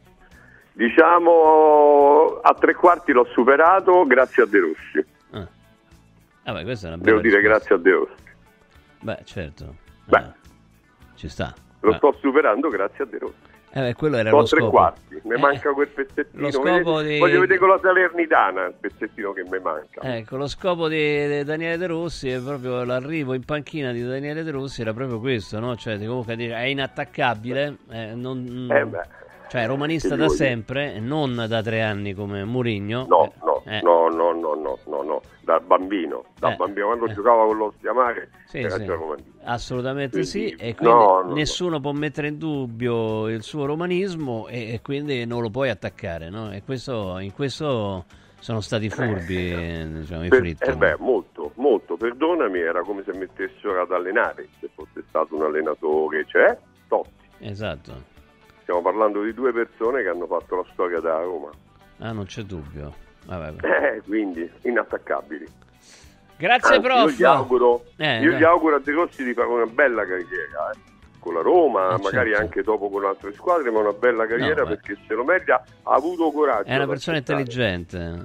Diciamo a tre quarti l'ho superato grazie a De Rossi. Ah. Vabbè, questa è una bella Devo dire risposta. grazie a De Rossi. Beh, certo. Beh. Eh, ci sta. Lo Eh. sto superando grazie a De Rossi. Eh, beh, quello era Sono lo tre scopo. quarti, mi Eh, manca quel pezzettino. lo scopo Vedete- di- Voglio vedere con la Salernitana il pezzettino che mi manca. Ecco, lo scopo di, di Daniele De Rossi è proprio l'arrivo in panchina di Daniele De Rossi era proprio questo, no? Cioè, comunque dire, è inattaccabile, eh, non, Eh beh, cioè romanista che da vuoi dire? sempre, non da tre anni come Mourinho. No, no, Eh. no, no, no, no, no, no, da bambino, da Eh, bambino quando eh. giocava con l'Ostia Mare Sì, era sì. già romanista. Assolutamente Quindi, sì, e quindi no, no, nessuno può mettere in dubbio il suo romanismo e, e quindi non lo puoi attaccare, no? E questo, in questo sono stati furbi, eh, diciamo, i Per- Fritti. eh beh, molto, molto, perdonami, era come se mettessero ad allenare, se fosse stato un allenatore, cioè Totti. Esatto. Stiamo parlando di due persone che hanno fatto la storia da Roma, Ah, non c'è dubbio. Vabbè. eh, quindi inattaccabili. Grazie, Anzi, prof. Io gli auguro, Eh, io dai. gli auguro a De Rossi di fare una bella carriera, eh, con la Roma, Eh, magari certo. anche dopo con altre squadre, ma una bella carriera No, beh. perché se lo merita, ha avuto coraggio. È una ad persona accettare. intelligente.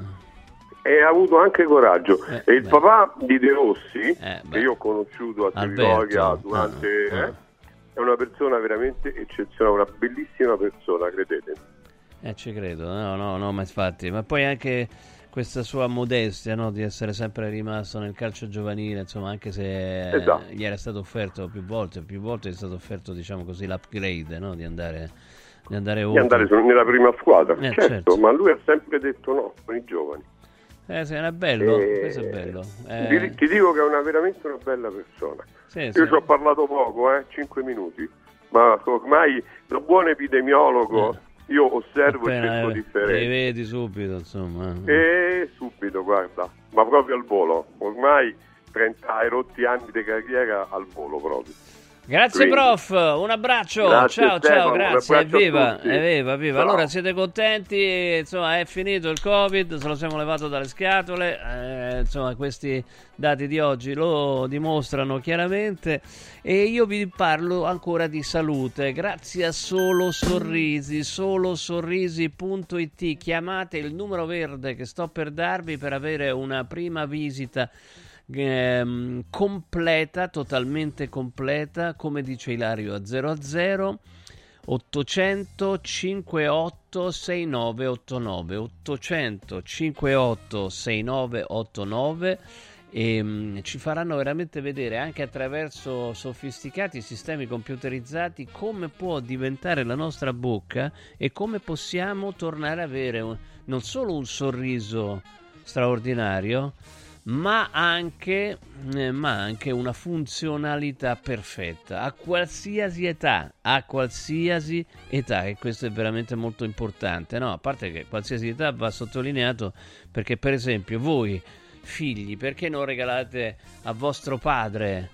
E ha avuto anche coraggio. Eh, e il beh. papà di De Rossi, Eh, beh. che io ho conosciuto a Alberto. Trigoria durante... Ah, ah. eh, è una persona veramente eccezionale, una bellissima persona, credete. Eh, ci credo. No, no, no, ma infatti. Ma poi anche questa sua modestia, no, di essere sempre rimasto nel calcio giovanile, insomma, anche se eh, Esatto. gli era stato offerto più volte, più volte gli è stato offerto, diciamo così, l'upgrade, no, di andare, di andare Di oltre. andare su- nella prima squadra, Eh, certo, certo. ma lui ha sempre detto no, con i giovani. Eh, sì, è bello, Eh, questo è bello. Eh, Ti, ti dico che è una, veramente una bella persona. sì, Io sì. ci ho parlato poco, eh, cinque minuti, ma ormai da buon epidemiologo io osservo e Appena, cerco eh, differenze. li vedi subito, insomma. E subito, guarda, ma proprio al volo. Ormai trenta e rotti anni di carriera al volo proprio. Grazie, Quindi- prof, un abbraccio, Grazie, ciao, Stefano, ciao, un grazie, abbraccio a evviva, tutti. evviva, evviva. Ciao. Allora siete contenti, insomma è finito il Covid, se lo siamo levato dalle scatole, eh, insomma questi dati di oggi lo dimostrano chiaramente e io vi parlo ancora di salute, grazie a Solo Sorrisi, solosorrisi punto it, chiamate il numero verde che sto per darvi per avere una prima visita Ehm, completa, totalmente completa, come dice Ilario, a zero a zero ottocento cinquantotto sessantanove ottantanove ottocento cinquantotto sessantanove ottantanove e mh, ci faranno veramente vedere anche attraverso sofisticati sistemi computerizzati come può diventare la nostra bocca e come possiamo tornare ad avere un, non solo un sorriso straordinario ma anche, eh, ma anche una funzionalità perfetta a qualsiasi età, a qualsiasi età, e questo è veramente molto importante, no? A parte che qualsiasi età va sottolineato, perché per esempio voi figli, perché non regalate a vostro padre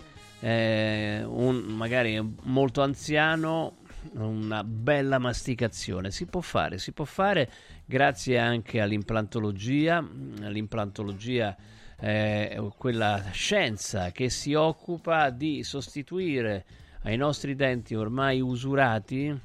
eh, un magari molto anziano una bella masticazione? Si può fare, si può fare grazie anche all'implantologia, l'implantologia è quella scienza che si occupa di sostituire ai nostri denti ormai usurati,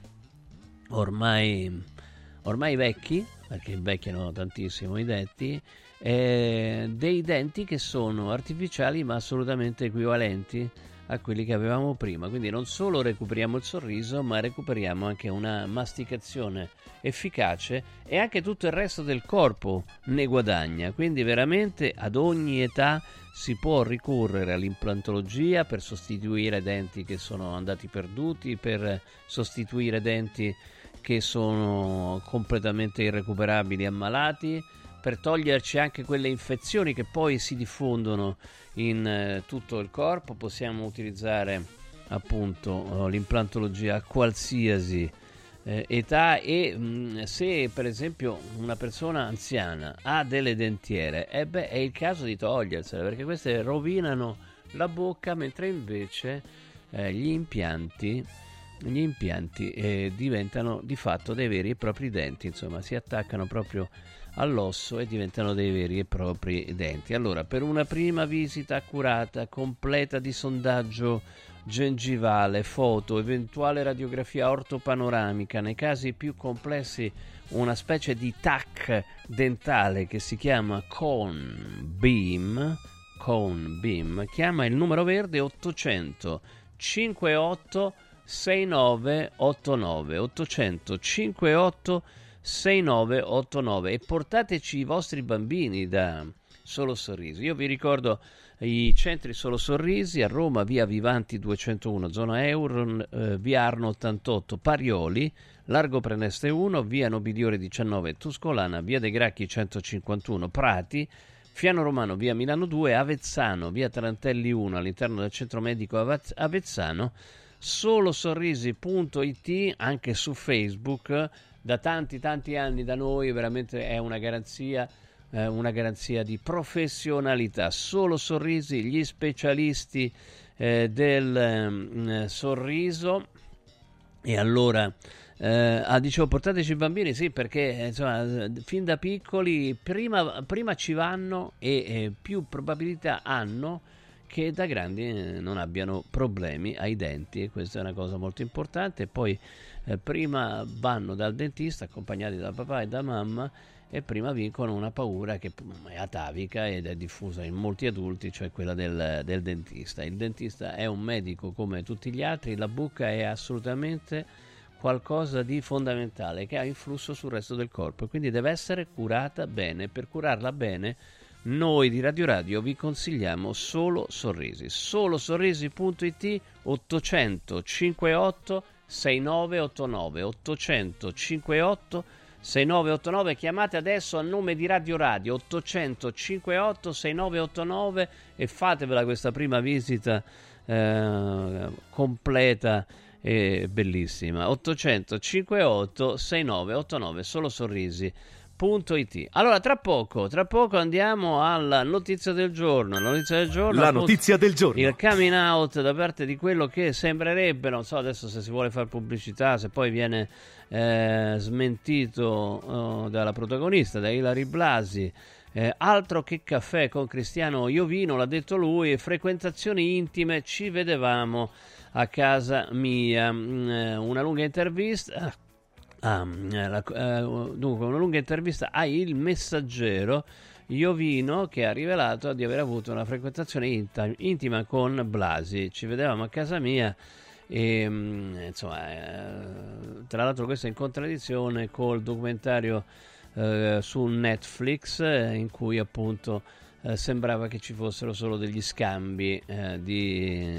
ormai, ormai vecchi, perché invecchiano tantissimo i denti, eh, dei denti che sono artificiali ma assolutamente equivalenti a quelli che avevamo prima. Quindi non solo recuperiamo il sorriso, ma recuperiamo anche una masticazione efficace e anche tutto il resto del corpo ne guadagna. Quindi veramente ad ogni età si può ricorrere all'implantologia per sostituire denti che sono andati perduti, per sostituire denti che sono completamente irrecuperabili, ammalati, per toglierci anche quelle infezioni che poi si diffondono in eh, tutto il corpo. Possiamo utilizzare appunto l'implantologia a qualsiasi eh, età e mh, se per esempio una persona anziana ha delle dentiere, eh beh, è il caso di togliersele, perché queste rovinano la bocca, mentre invece eh, gli impianti gli impianti eh, diventano di fatto dei veri e propri denti, insomma si attaccano proprio all'osso e diventano dei veri e propri denti. Allora, per una prima visita accurata, completa di sondaggio gengivale, foto, eventuale radiografia ortopanoramica, nei casi più complessi una specie di tac dentale che si chiama cone beam, cone beam, chiama il numero verde ottocento cinquantotto sessantanove ottantanove, ottocento cinquantotto sessantanove ottantanove, e portateci i vostri bambini da Solo Sorrisi. Io vi ricordo i centri Solo Sorrisi a Roma, via Vivanti duecentouno, zona Euro, eh, via Arno ottantotto, Parioli, Largo Preneste uno, via Nobiliore diciannove, Tuscolana, via dei Gracchi centocinquantuno, Prati, Fiano Romano, via Milano due, Avezzano, via Tarantelli uno, all'interno del centro medico Avezzano, solosorrisi punto it, anche su Facebook, da tanti tanti anni da noi, veramente è una garanzia, eh, una garanzia di professionalità. Solo Sorrisi, gli specialisti eh, del eh, sorriso. E allora eh, ah, dicevo, portateci i bambini, sì, perché insomma fin da piccoli prima, prima ci vanno e eh, più probabilità hanno che da grandi eh, non abbiano problemi ai denti, e questa è una cosa molto importante. Poi eh, prima vanno dal dentista accompagnati da papà e da mamma, e prima vincono una paura che è atavica ed è diffusa in molti adulti, cioè quella del, del dentista. Il dentista è un medico come tutti gli altri, la bocca è assolutamente qualcosa di fondamentale che ha influsso sul resto del corpo e quindi deve essere curata bene. Per curarla bene noi di Radio Radio vi consigliamo Solo Sorrisi, solosorrisi punto it, ottocento cinquantotto sessantanove ottantanove, ottocento cinquantotto sessantanove ottantanove. Chiamate adesso a nome di Radio Radio, ottocento cinquantotto sessantanove ottantanove, e fatevela questa prima visita eh, completa e bellissima. Ottocento cinquantotto sessantanove ottantanove, solosorrisi punto it. Allora tra poco, tra poco andiamo alla notizia del giorno. La notizia del giorno, la appunto, notizia del giorno. Il coming out da parte di quello che sembrerebbe, non so adesso se si vuole fare pubblicità, se poi viene eh, smentito oh, dalla protagonista, da Ilary Blasi. Eh, altro che caffè con Cristiano Iovino, l'ha detto lui, frequentazioni intime, ci vedevamo a casa mia. Mm, eh, una lunga intervista. Ah, la, eh, dunque una lunga intervista a Il Messaggero, Iovino, che ha rivelato di aver avuto una frequentazione intima, intima con Blasi. Ci vedevamo a casa mia e mh, insomma eh, tra l'altro questo è in contraddizione col documentario eh, su Netflix eh, in cui appunto eh, sembrava che ci fossero solo degli scambi eh, di,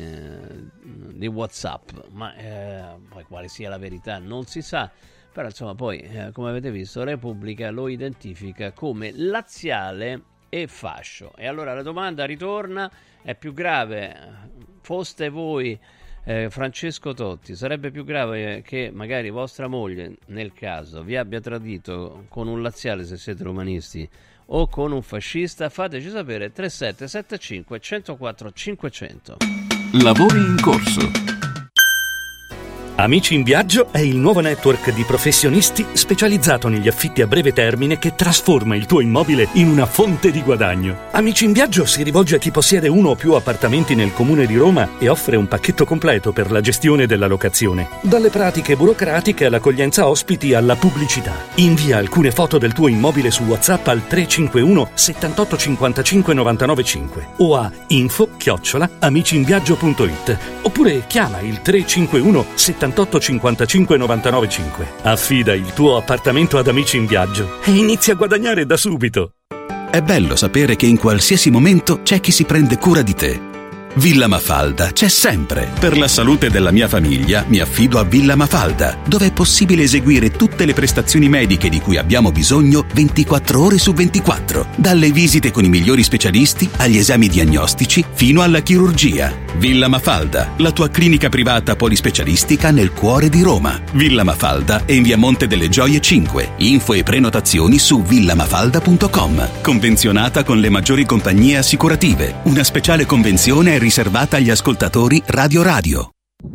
di WhatsApp, ma eh, poi quale sia la verità non si sa. Però insomma poi eh, come avete visto Repubblica lo identifica come laziale e fascio. E allora la domanda ritorna: è più grave, foste voi eh, Francesco Totti, sarebbe più grave che magari vostra moglie nel caso vi abbia tradito con un laziale, se siete romanisti, o con un fascista? Fateci sapere. Tre sette sette cinque uno zero quattro cinquecento. Lavori in corso. Amici in Viaggio è il nuovo network di professionisti specializzato negli affitti a breve termine che trasforma il tuo immobile in una fonte di guadagno. Amici in Viaggio si rivolge a chi possiede uno o più appartamenti nel comune di Roma e offre un pacchetto completo per la gestione della locazione. Dalle pratiche burocratiche all'accoglienza ospiti alla pubblicità. Invia alcune foto del tuo immobile su WhatsApp al tre cinque uno settantotto cinquantacinque novantanove cinque o a info chiocciola amicinviaggio punto it oppure chiama il tre cinque uno settantotto cinquantacinque novantanove cinque. Affida il tuo appartamento ad Amici in Viaggio e inizia a guadagnare da subito. È bello sapere che in qualsiasi momento c'è chi si prende cura di te. Villa Mafalda c'è sempre. Per la salute della mia famiglia mi affido a Villa Mafalda, dove è possibile eseguire tutte le prestazioni mediche di cui abbiamo bisogno ventiquattro ore su ventiquattro, dalle visite con i migliori specialisti agli esami diagnostici fino alla chirurgia. Villa Mafalda, la tua clinica privata polispecialistica nel cuore di Roma. Villa Mafalda è in via Monte delle Gioie cinque. Info e prenotazioni su villamafalda punto com. Convenzionata con le maggiori compagnie assicurative. Una speciale convenzione è riservata agli ascoltatori Radio Radio.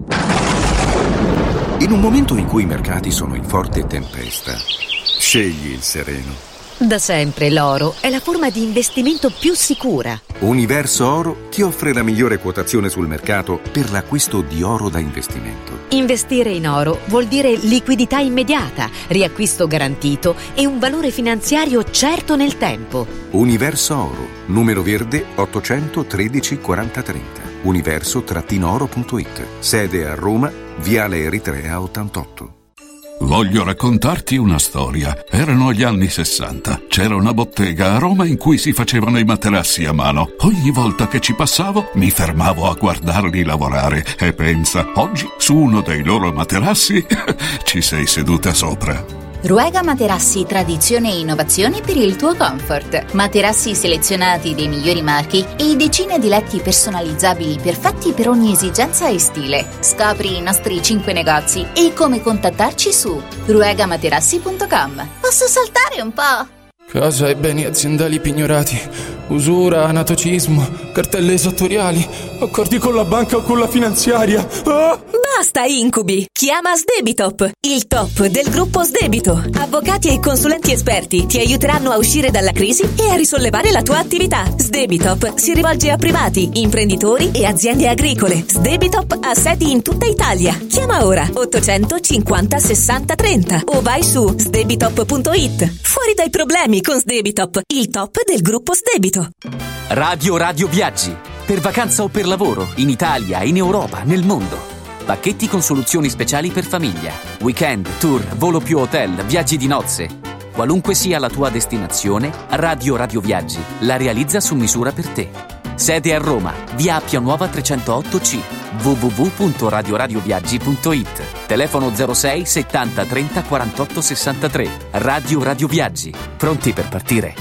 In un momento in cui i mercati sono in forte tempesta, scegli il sereno. Da sempre l'oro è la forma di investimento più sicura. Universo Oro ti offre la migliore quotazione sul mercato per l'acquisto di oro da investimento. Investire in oro vuol dire liquidità immediata, riacquisto garantito e un valore finanziario certo nel tempo. Universo Oro, numero verde ottocentotredici quaranta trenta. universo oro punto it. Sede a Roma, Viale Eritrea ottantotto. Voglio raccontarti una storia. Erano gli anni sessanta. C'era una bottega a Roma in cui si facevano i materassi a mano. Ogni volta che ci passavo mi fermavo a guardarli lavorare e pensa, oggi su uno dei loro materassi ci sei seduta sopra. Ruega Materassi, tradizione e innovazione per il tuo comfort. Materassi selezionati dei migliori marchi e decine di letti personalizzabili perfetti per ogni esigenza e stile. Scopri i nostri cinque negozi e come contattarci su ruega materassi punto com. Posso saltare un po'? Casa e beni aziendali pignorati, usura, anatocismo, cartelle esattoriali, accordi con la banca o con la finanziaria. Ah! Basta incubi! Chiama Sdebitop, il top del gruppo Sdebito. Avvocati e consulenti esperti ti aiuteranno a uscire dalla crisi e a risollevare la tua attività. Sdebitop si rivolge a privati, imprenditori e aziende agricole. Sdebitop ha sedi in tutta Italia. Chiama ora ottocento cinquanta sessanta trenta o vai su sdebitop punto it. Fuori dai problemi con Sdebitop, il top del gruppo Sdebito. Radio Radio Viaggi. Per vacanza o per lavoro, in Italia, in Europa, nel mondo. Pacchetti con soluzioni speciali per famiglia. Weekend, tour, volo più hotel, viaggi di nozze. Qualunque sia la tua destinazione, Radio Radio Viaggi la realizza su misura per te. Sede a Roma, via Appia Nuova trecentootto C. w w w punto radio radio viaggi punto it. Telefono zero sei settanta trenta quarantotto sessantatré. Radio Radio Viaggi. Pronti per partire?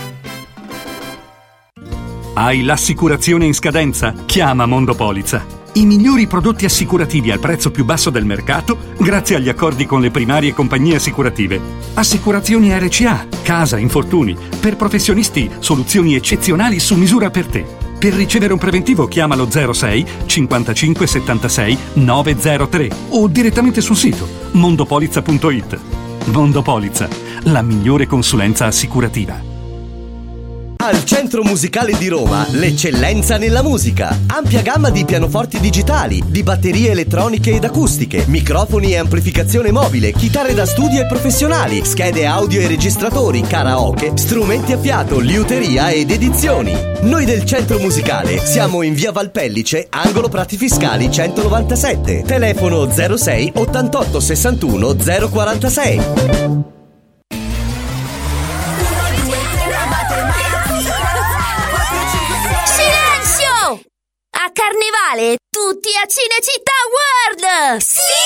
Hai l'assicurazione in scadenza? Chiama Mondopolizza. I migliori prodotti assicurativi al prezzo più basso del mercato grazie agli accordi con le primarie compagnie assicurative. Assicurazioni R C A, casa, infortuni. Per professionisti, soluzioni eccezionali su misura per te. Per ricevere un preventivo chiamalo zero sei cinquantacinque settantasei novecentotre o direttamente sul sito mondopolizza punto it. Mondopolizza, la migliore consulenza assicurativa. Al Centro Musicale di Roma, l'eccellenza nella musica. Ampia gamma di pianoforti digitali, di batterie elettroniche ed acustiche, microfoni e amplificazione mobile, chitarre da studio e professionali, schede audio e registratori, karaoke, strumenti a fiato, liuteria ed edizioni. Noi del Centro Musicale siamo in via Valpellice, angolo Prati Fiscali centonovantasette. Telefono zero sei ottantotto sessantuno zero quarantasei. A Carnevale, tutti a Cinecittà World!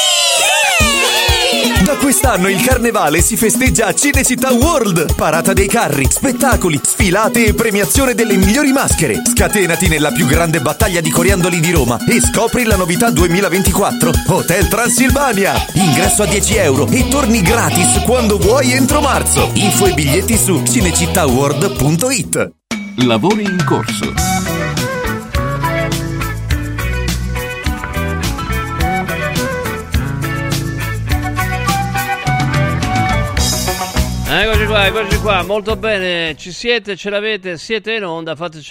Sì! Da quest'anno il Carnevale si festeggia a Cinecittà World. Parata dei carri, spettacoli, sfilate e premiazione delle migliori maschere. Scatenati nella più grande battaglia di coriandoli di Roma e scopri la novità duemilaventiquattro Hotel Transilvania. Ingresso a dieci euro e torni gratis quando vuoi entro marzo. Info e biglietti su cinecittàworld punto it. Lavori in corso. Eccoci qua, eccoci qua, molto bene, ci siete, ce l'avete, siete in onda,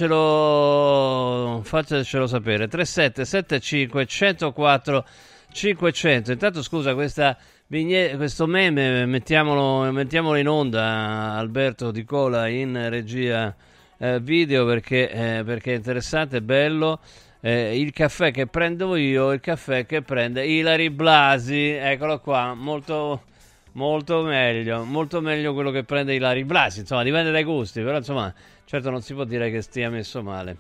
fatecelo, fatecelo sapere, tre sette sette cinque uno zero quattro cinquecento. Intanto scusa, questa vignetta, questo meme, mettiamolo, mettiamolo in onda, Alberto Di Cola in regia eh, video, perché, eh, perché è interessante, è bello. Eh, il caffè che prendo io, il caffè che prende Ilary Blasi, eccolo qua, molto... Molto meglio, molto meglio quello che prende Ilary Blasi, insomma dipende dai gusti, però insomma certo non si può dire che stia messo male.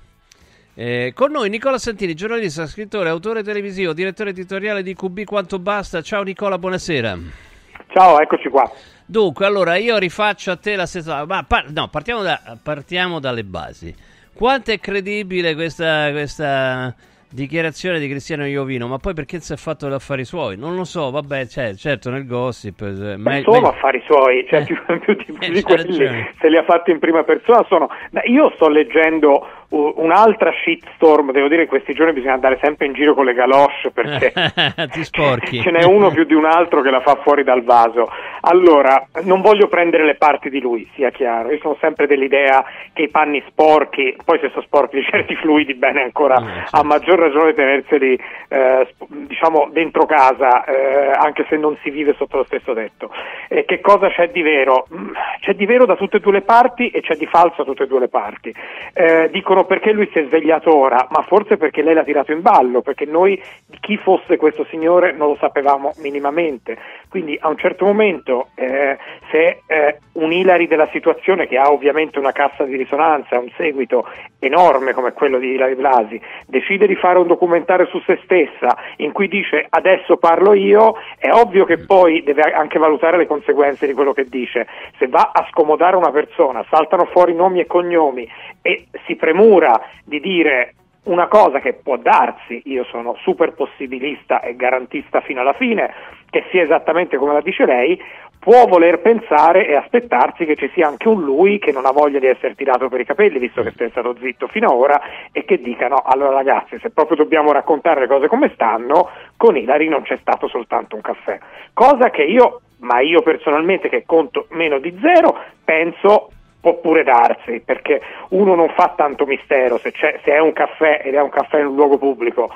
Eh, con noi Nicola Santini, giornalista, scrittore, autore televisivo, direttore editoriale di Q B Quanto Basta. Ciao Nicola, buonasera. Ciao, eccoci qua. Dunque, allora io rifaccio a te la stessa... Ma par- no, partiamo, da, partiamo dalle basi. Quanto è credibile questa... questa... dichiarazione di Cristiano Iovino, ma poi perché si è fatto gli affari suoi? Non lo so, vabbè, cioè, certo nel gossip eh, me- sono me- affari suoi, cioè eh, più, più di, eh, di quelli ragione. Se li ha fatti in prima persona sono... Io sto leggendo uh, un'altra shitstorm, devo dire che questi giorni bisogna andare sempre in giro con le galoche perché ti sporchi. Ce n'è uno più di un altro che la fa fuori dal vaso. Allora, non voglio prendere le parti di lui, sia chiaro, io sono sempre dell'idea che i panni sporchi, poi se sono sporchi di certi fluidi, bene ancora, eh, certo. A maggior ragione tenerseli eh, diciamo dentro casa, eh, anche se non si vive sotto lo stesso tetto. E che cosa c'è di vero? C'è di vero da tutte e due le parti e c'è di falso da tutte e due le parti. Eh, dicono perché lui si è svegliato ora, ma forse perché lei l'ha tirato in ballo, perché noi di chi fosse questo signore non lo sapevamo minimamente. Quindi a un certo momento eh, se eh, un Ilary della situazione, che ha ovviamente una cassa di risonanza, un seguito enorme come quello di Ilary Blasi, decide di fare un documentario su se stessa in cui dice adesso parlo io, è ovvio che poi deve anche valutare le conseguenze di quello che dice. Se va a scomodare una persona, saltano fuori nomi e cognomi e si premura di dire una cosa che può darsi, io sono super possibilista e garantista fino alla fine, che sia esattamente come la dice lei, può voler pensare e aspettarsi che ci sia anche un lui che non ha voglia di essere tirato per i capelli, visto che è stato zitto fino ad ora, e che dica no, allora ragazzi, se proprio dobbiamo raccontare le cose come stanno, con Ilary non c'è stato soltanto un caffè. Cosa che io, ma io personalmente che conto meno di zero, penso può pure darsi, perché uno non fa tanto mistero se, c'è, se è un caffè ed è un caffè in un luogo pubblico,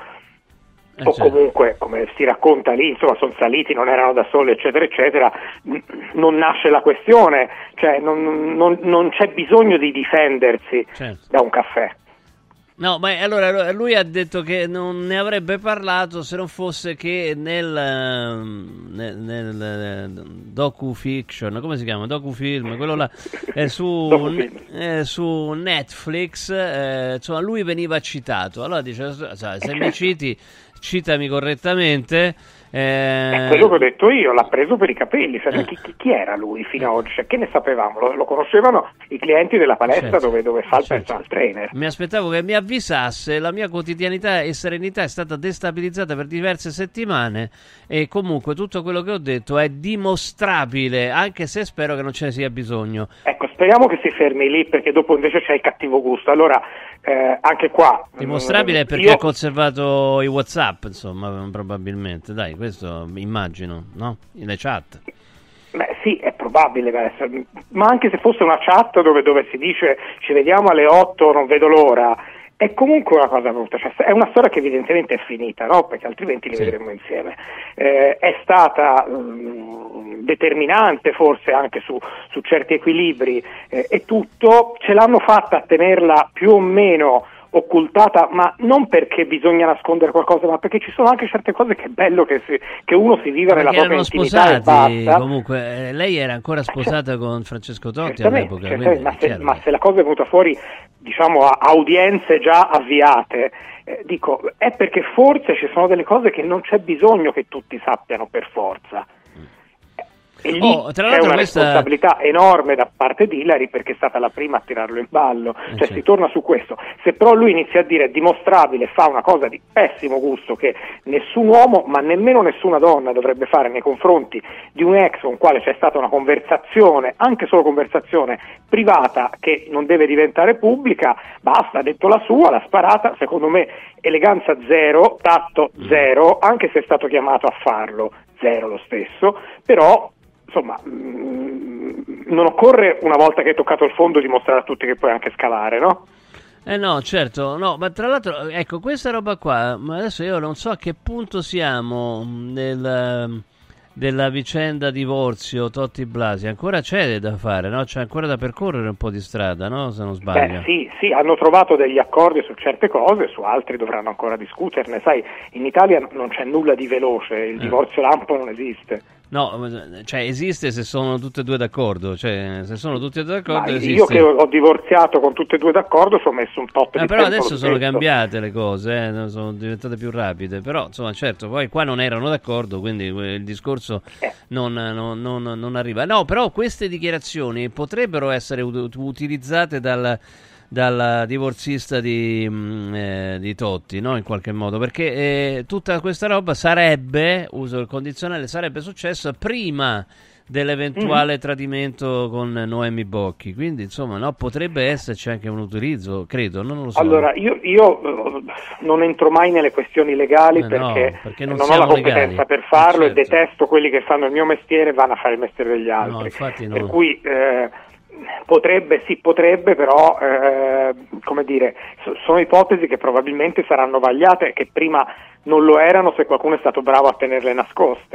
eh o certo. Comunque come si racconta lì, insomma sono saliti, non erano da soli eccetera eccetera, non nasce la questione, cioè non, non, non c'è bisogno di difendersi certo. Da un caffè. No, ma allora lui ha detto che non ne avrebbe parlato se non fosse che nel, nel, nel docu-fiction, come si chiama? Docu-film, quello là, eh, su, eh, su Netflix, eh, insomma lui veniva citato. Allora dice, se mi citi, citami correttamente. Eh... È quello che ho detto io, l'ha preso per i capelli, cioè, eh. chi, chi, chi era lui fino ad oggi? Cioè, che ne sapevamo? Lo, lo conoscevano i clienti della palestra certo. dove, dove fa il certo. personal trainer. Mi aspettavo che mi avvisasse, la mia quotidianità e serenità è stata destabilizzata per diverse settimane e comunque tutto quello che ho detto è dimostrabile, anche se spero che non ce ne sia bisogno. Ecco, speriamo che si fermi lì, perché dopo invece c'è il cattivo gusto. Allora, eh, anche qua... Dimostrabile perché io... ha conservato i WhatsApp, insomma, probabilmente, dai. Questo immagino, no? Le chat. Beh sì, è probabile, ma anche se fosse una chat dove, dove si dice ci vediamo alle otto, non vedo l'ora, è comunque una cosa brutta, cioè, è una storia che evidentemente è finita, no? Perché altrimenti li sì. vedremo insieme. Eh, è stata mh, determinante forse anche su, su certi equilibri eh, e tutto, ce l'hanno fatta a tenerla più o meno occultata, ma non perché bisogna nascondere qualcosa, ma perché ci sono anche certe cose che è bello che, si, che uno si vive nella propria intimità e basta. Comunque eh, lei era ancora sposata con Francesco Totti certamente, all'epoca, certamente, ma, se, ma se la cosa è venuta fuori diciamo a, a udienze già avviate, eh, dico è perché forse ci sono delle cose che non c'è bisogno che tutti sappiano per forza. E lì oh, tra c'è una questa... responsabilità enorme da parte di Ilary, perché è stata la prima a tirarlo in ballo, eh cioè sì. si torna su questo. Se però lui inizia a dire è dimostrabile, fa una cosa di pessimo gusto che nessun uomo, ma nemmeno nessuna donna dovrebbe fare nei confronti di un ex con quale c'è stata una conversazione, anche solo conversazione privata che non deve diventare pubblica, basta, ha detto la sua, l'ha sparata, secondo me eleganza zero, tatto zero, anche se è stato chiamato a farlo, zero lo stesso, però insomma, mh, non occorre, una volta che hai toccato il fondo, dimostrare a tutti che puoi anche scalare, no? Eh no, certo, no, ma tra l'altro, ecco, questa roba qua, ma adesso io non so a che punto siamo nel, della vicenda divorzio Totti Blasi, ancora c'è da fare, no? C'è ancora da percorrere un po' di strada, no? Se non sbaglio. Beh, sì, sì, hanno trovato degli accordi su certe cose, su altri dovranno ancora discuterne, sai, in Italia non c'è nulla di veloce, il Eh. divorzio lampo non esiste. No, cioè esiste se sono tutte e due d'accordo, cioè se sono tutti e due d'accordo Ma esiste. io che ho, ho divorziato con tutte e due d'accordo ci ho messo un tot Eh, di però tempo adesso lo sono stesso. cambiate le cose, eh, sono diventate più rapide, però insomma certo, poi qua non erano d'accordo, quindi eh, il discorso non, non, non, non arriva. No, però queste dichiarazioni potrebbero essere ut- utilizzate dal, dal divorzista di, mh, eh, di Totti, no? In qualche modo, perché eh, tutta questa roba sarebbe, uso il condizionale, sarebbe successa prima dell'eventuale Mm-hmm. tradimento con Noemi Bocchi, quindi insomma no, potrebbe esserci anche un utilizzo, credo, non lo so. Allora, io, io eh, non entro mai nelle questioni legali Eh, no, perché, perché non non, ho la siamo competenza legali. per farlo Eh, e certo. detesto quelli che fanno il mio mestiere e vanno a fare il mestiere degli altri. No, infatti no. Per cui eh, potrebbe, sì potrebbe, però eh, come dire, so- sono ipotesi che probabilmente saranno vagliate e che prima non lo erano se qualcuno è stato bravo a tenerle nascoste.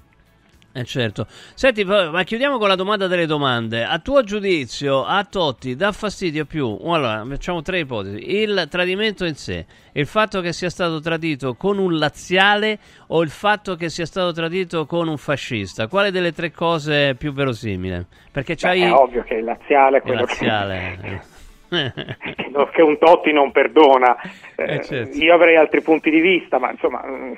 Eh certo. Senti, poi- ma chiudiamo con la domanda delle domande. A tuo giudizio, a Totti dà fastidio più? Allora, facciamo tre ipotesi. Il tradimento in sé, il fatto che sia stato tradito con un laziale o il fatto che sia stato tradito con un fascista? Quale delle tre cose è più verosimile? Perché Beh, c'hai... è ovvio che il laziale è il quello che... laziale. che no- che un Totti non perdona. Eh, Eh, certo. Io avrei altri punti di vista, ma insomma, mh,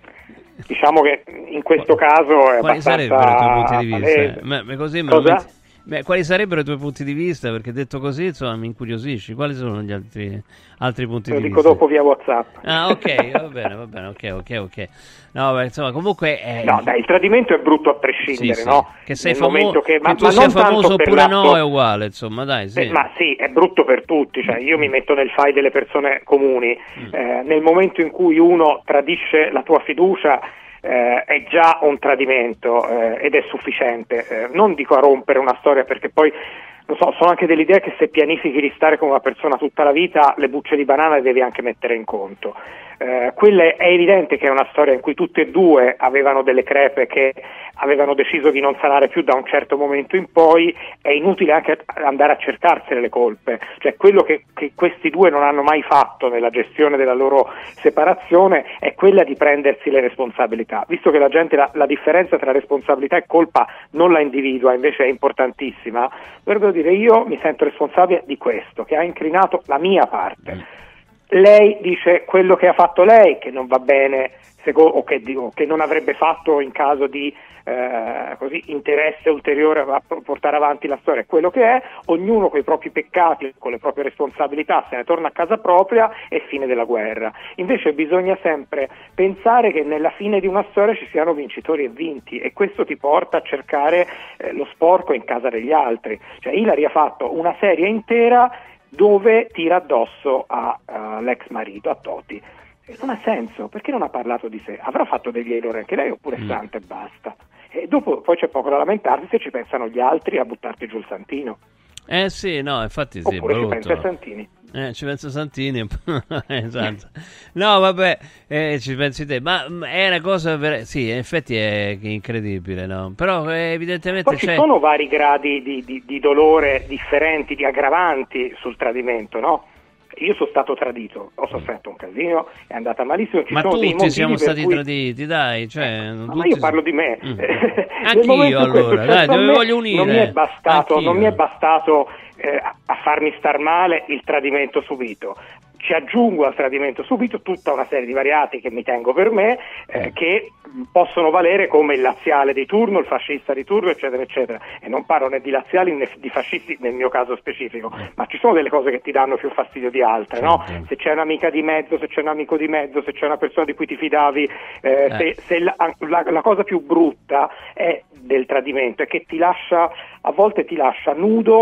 diciamo che in questo caso è Quali sarebbero i tuoi abbastanza punti di vista? palese. Ma, ma così me Cosa? lo metti- Beh, quali sarebbero i tuoi punti di vista? Perché detto così, insomma, mi incuriosisci. Quali sono gli altri, altri punti Te lo di dico vista? dopo via WhatsApp. Ah, ok, va bene, va bene, ok, ok, ok. No, beh, insomma, comunque... eh, No, dai, il tradimento è brutto a prescindere, sì, sì. no? Che sei Nel famo- momento che, ma, che tu ma sia non tanto famoso per oppure no l'atto- è uguale, insomma, dai, sì. Eh, ma sì, è brutto per tutti, cioè io mi metto nel fai delle persone comuni. Mm. Eh, nel momento in cui uno tradisce la tua fiducia eh, è già un tradimento eh, ed è sufficiente. Eh, non dico a rompere una storia, perché poi non so, sono anche dell'idea che se pianifichi di stare con una persona tutta la vita, le bucce di banana le devi anche mettere in conto. Eh, quella è evidente che è una storia in cui tutte e due avevano delle crepe che avevano deciso di non sanare più da un certo momento in poi. È inutile anche andare a cercarsene le colpe, cioè quello che, che questi due non hanno mai fatto nella gestione della loro separazione è quella di prendersi le responsabilità, visto che la gente la, la differenza tra responsabilità e colpa non la individua, invece è importantissima. Dovrebbero dire: io mi sento responsabile di questo, che ha incrinato la mia parte. Lei dice quello che ha fatto lei, che non va bene, seco- o, che, o che non avrebbe fatto in caso di eh, così, interesse ulteriore a portare avanti la storia. Quello che è, ognuno con i propri peccati, con le proprie responsabilità, se ne torna a casa propria e fine della guerra. Invece bisogna sempre pensare che nella fine di una storia ci siano vincitori e vinti, e questo ti porta a cercare eh, lo sporco in casa degli altri. Cioè Hillary ha fatto una serie intera dove tira addosso all'ex marito, a Totti. E non ha senso, perché non ha parlato di sé? Avrà fatto degli errori anche lei, oppure Mm. santa e basta. E dopo poi c'è poco da lamentarsi se ci pensano gli altri a buttarti giù il santino. Eh sì, no, infatti sì, Oppure ci brutto. pensa Santini. Eh, ci pensa Santini. Esatto. No, vabbè, eh, ci pensi te. Ma mm, è una cosa vera- sì, in effetti è incredibile, no? Però eh, evidentemente Poi ci c'è... sono vari gradi di, di, di dolore differenti, di aggravanti sul tradimento, no? Io sono stato tradito, ho sofferto un casino, è andata malissimo. Ci Ma sono dei tutti motivi siamo per stati cui... traditi, dai, cioè, Ma tutti io si- parlo di me. Mm. Nel Anch'io, momento in cui è allora, dai, successo a dove me, voglio unire. Non mi è bastato, non Anch'io. mi è bastato eh, a farmi star male il tradimento subito. Ci aggiungo al tradimento subito tutta una serie di variati che mi tengo per me, eh, che possono valere come il laziale di turno, il fascista di turno, eccetera, eccetera. E non parlo né di laziali né di fascisti nel mio caso specifico, ma ci sono delle cose che ti danno più fastidio di altre, no? Se c'è un'amica di mezzo, se c'è un amico di mezzo, se c'è una persona di cui ti fidavi, eh, se, se la, la, la cosa più brutta è del tradimento è che ti lascia, a volte ti lascia nudo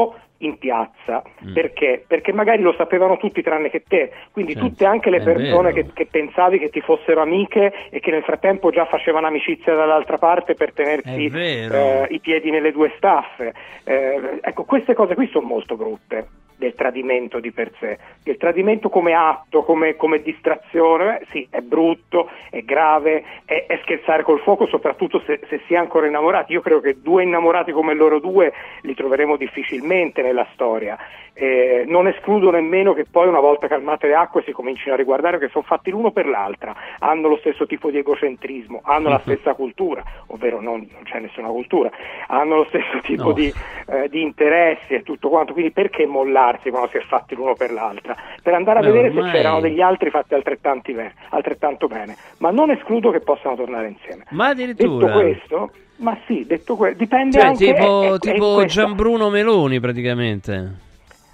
in piazza. Mm. Perché? Perché magari lo sapevano tutti tranne che te, quindi Certo. tutte anche le È persone vero. che, che pensavi che ti fossero amiche e che nel frattempo già facevano amicizia dall'altra parte per tenersi È vero. eh, i piedi nelle due staffe. Eh, ecco, queste cose qui sono molto brutte del tradimento di per sé. Il tradimento come atto, come, come distrazione, eh, sì, è brutto, è grave, è, è scherzare col fuoco, soprattutto se, se si è ancora innamorati. Io credo che due innamorati come loro due li troveremo difficilmente nella storia. Eh, non escludo nemmeno che poi, una volta calmate le acque, si comincino a riguardare, che sono fatti l'uno per l'altra, hanno lo stesso tipo di egocentrismo, hanno la stessa cultura, ovvero non, non c'è nessuna cultura, hanno lo stesso tipo No. di, eh, di interessi e tutto quanto, quindi perché mollarsi quando si è fatti l'uno per l'altra? Per andare a Beh, vedere ormai- se c'erano degli altri fatti altrettanti be- altrettanto bene, ma non escludo che possano tornare insieme. Ma addirittura. Detto questo, ma sì, detto questo, dipende Cioè, anche... tipo, è- è- tipo è questa- Gianbruno Meloni praticamente.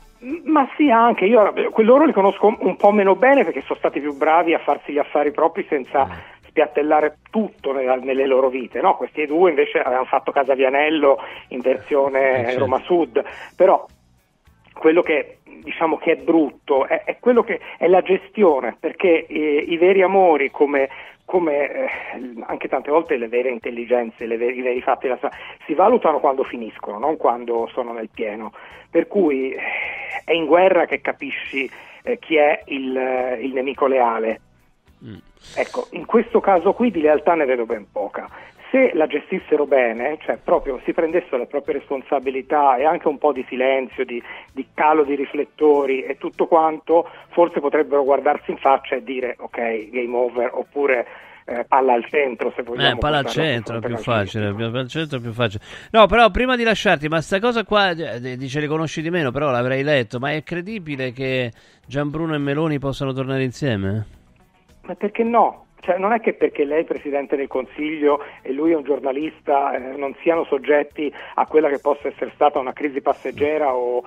Ma sì, anche io loro li conosco un po' meno bene perché sono stati più bravi a farsi gli affari propri senza spiattellare tutto nella- nelle loro vite, no? Questi due invece avevano fatto Casavianello in versione Eh, certo. Roma Sud, però quello che diciamo che è brutto è, è quello che è la gestione, perché eh, i veri amori come come eh, anche tante volte le vere intelligenze, le veri, i veri fatti della, si valutano quando finiscono, non quando sono nel pieno. Per cui eh, è in guerra che capisci eh, chi è il, eh, il nemico leale. Mm. Ecco, in questo caso qui di lealtà ne vedo ben poca. Se la gestissero bene, cioè proprio si prendessero le proprie responsabilità e anche un po' di silenzio, di, di calo di riflettori e tutto quanto, forse potrebbero guardarsi in faccia e dire ok, game over, oppure eh, palla al centro, se vogliamo. Eh, palla al portarla centro è sul più fronte facile, palla al centro è più facile. No, però prima di lasciarti, ma sta cosa qua, eh, dice le conosci di meno, però l'avrei letto, ma è credibile che Gianbruno e Meloni possano tornare insieme? Ma perché no? Cioè, non è che perché lei è Presidente del Consiglio e lui è un giornalista eh, non siano soggetti a quella che possa essere stata una crisi passeggera o,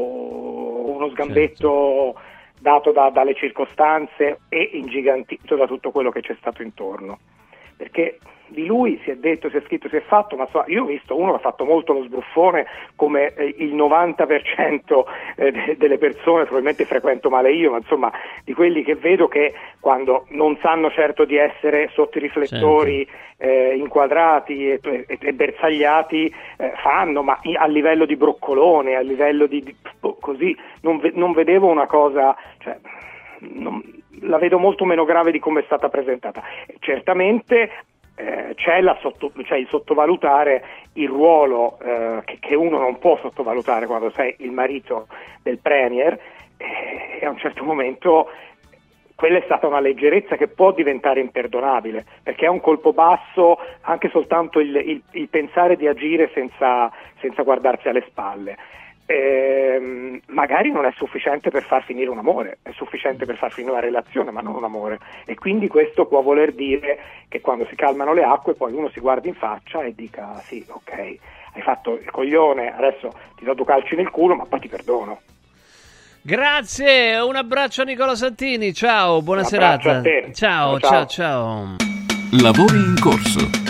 o uno sgambetto dato da, dalle circostanze e ingigantito da tutto quello che c'è stato intorno. Perché di lui si è detto, si è scritto, si è fatto, ma so, io ho visto uno che ha fatto molto lo sbruffone, come eh, il novanta per cento eh, de- delle persone, probabilmente frequento male io, ma insomma di quelli che vedo che quando non sanno certo di essere sotto i riflettori eh, inquadrati e, e, e bersagliati eh, fanno, ma i- a livello di broccolone, a livello di, di così, non, ve- non vedevo una cosa, cioè, non, la vedo molto meno grave di come è stata presentata. Certamente eh, c'è, la sotto, c'è il sottovalutare il ruolo eh, che, che uno non può sottovalutare quando sei il marito del premier eh, e a un certo momento quella è stata una leggerezza che può diventare imperdonabile, perché è un colpo basso anche soltanto il, il, il pensare di agire senza, senza guardarsi alle spalle. Eh, magari non è sufficiente per far finire un amore, è sufficiente per far finire una relazione, ma non un amore, e quindi questo può voler dire che quando si calmano le acque poi uno si guardi in faccia e dica sì, ok, hai fatto il coglione, adesso ti do due calci nel culo, ma poi ti perdono. Grazie, un abbraccio a Nicola Santini, ciao, buona Un abbraccio serata. a te. Ciao, Ciao, ciao, ciao. Lavori in corso.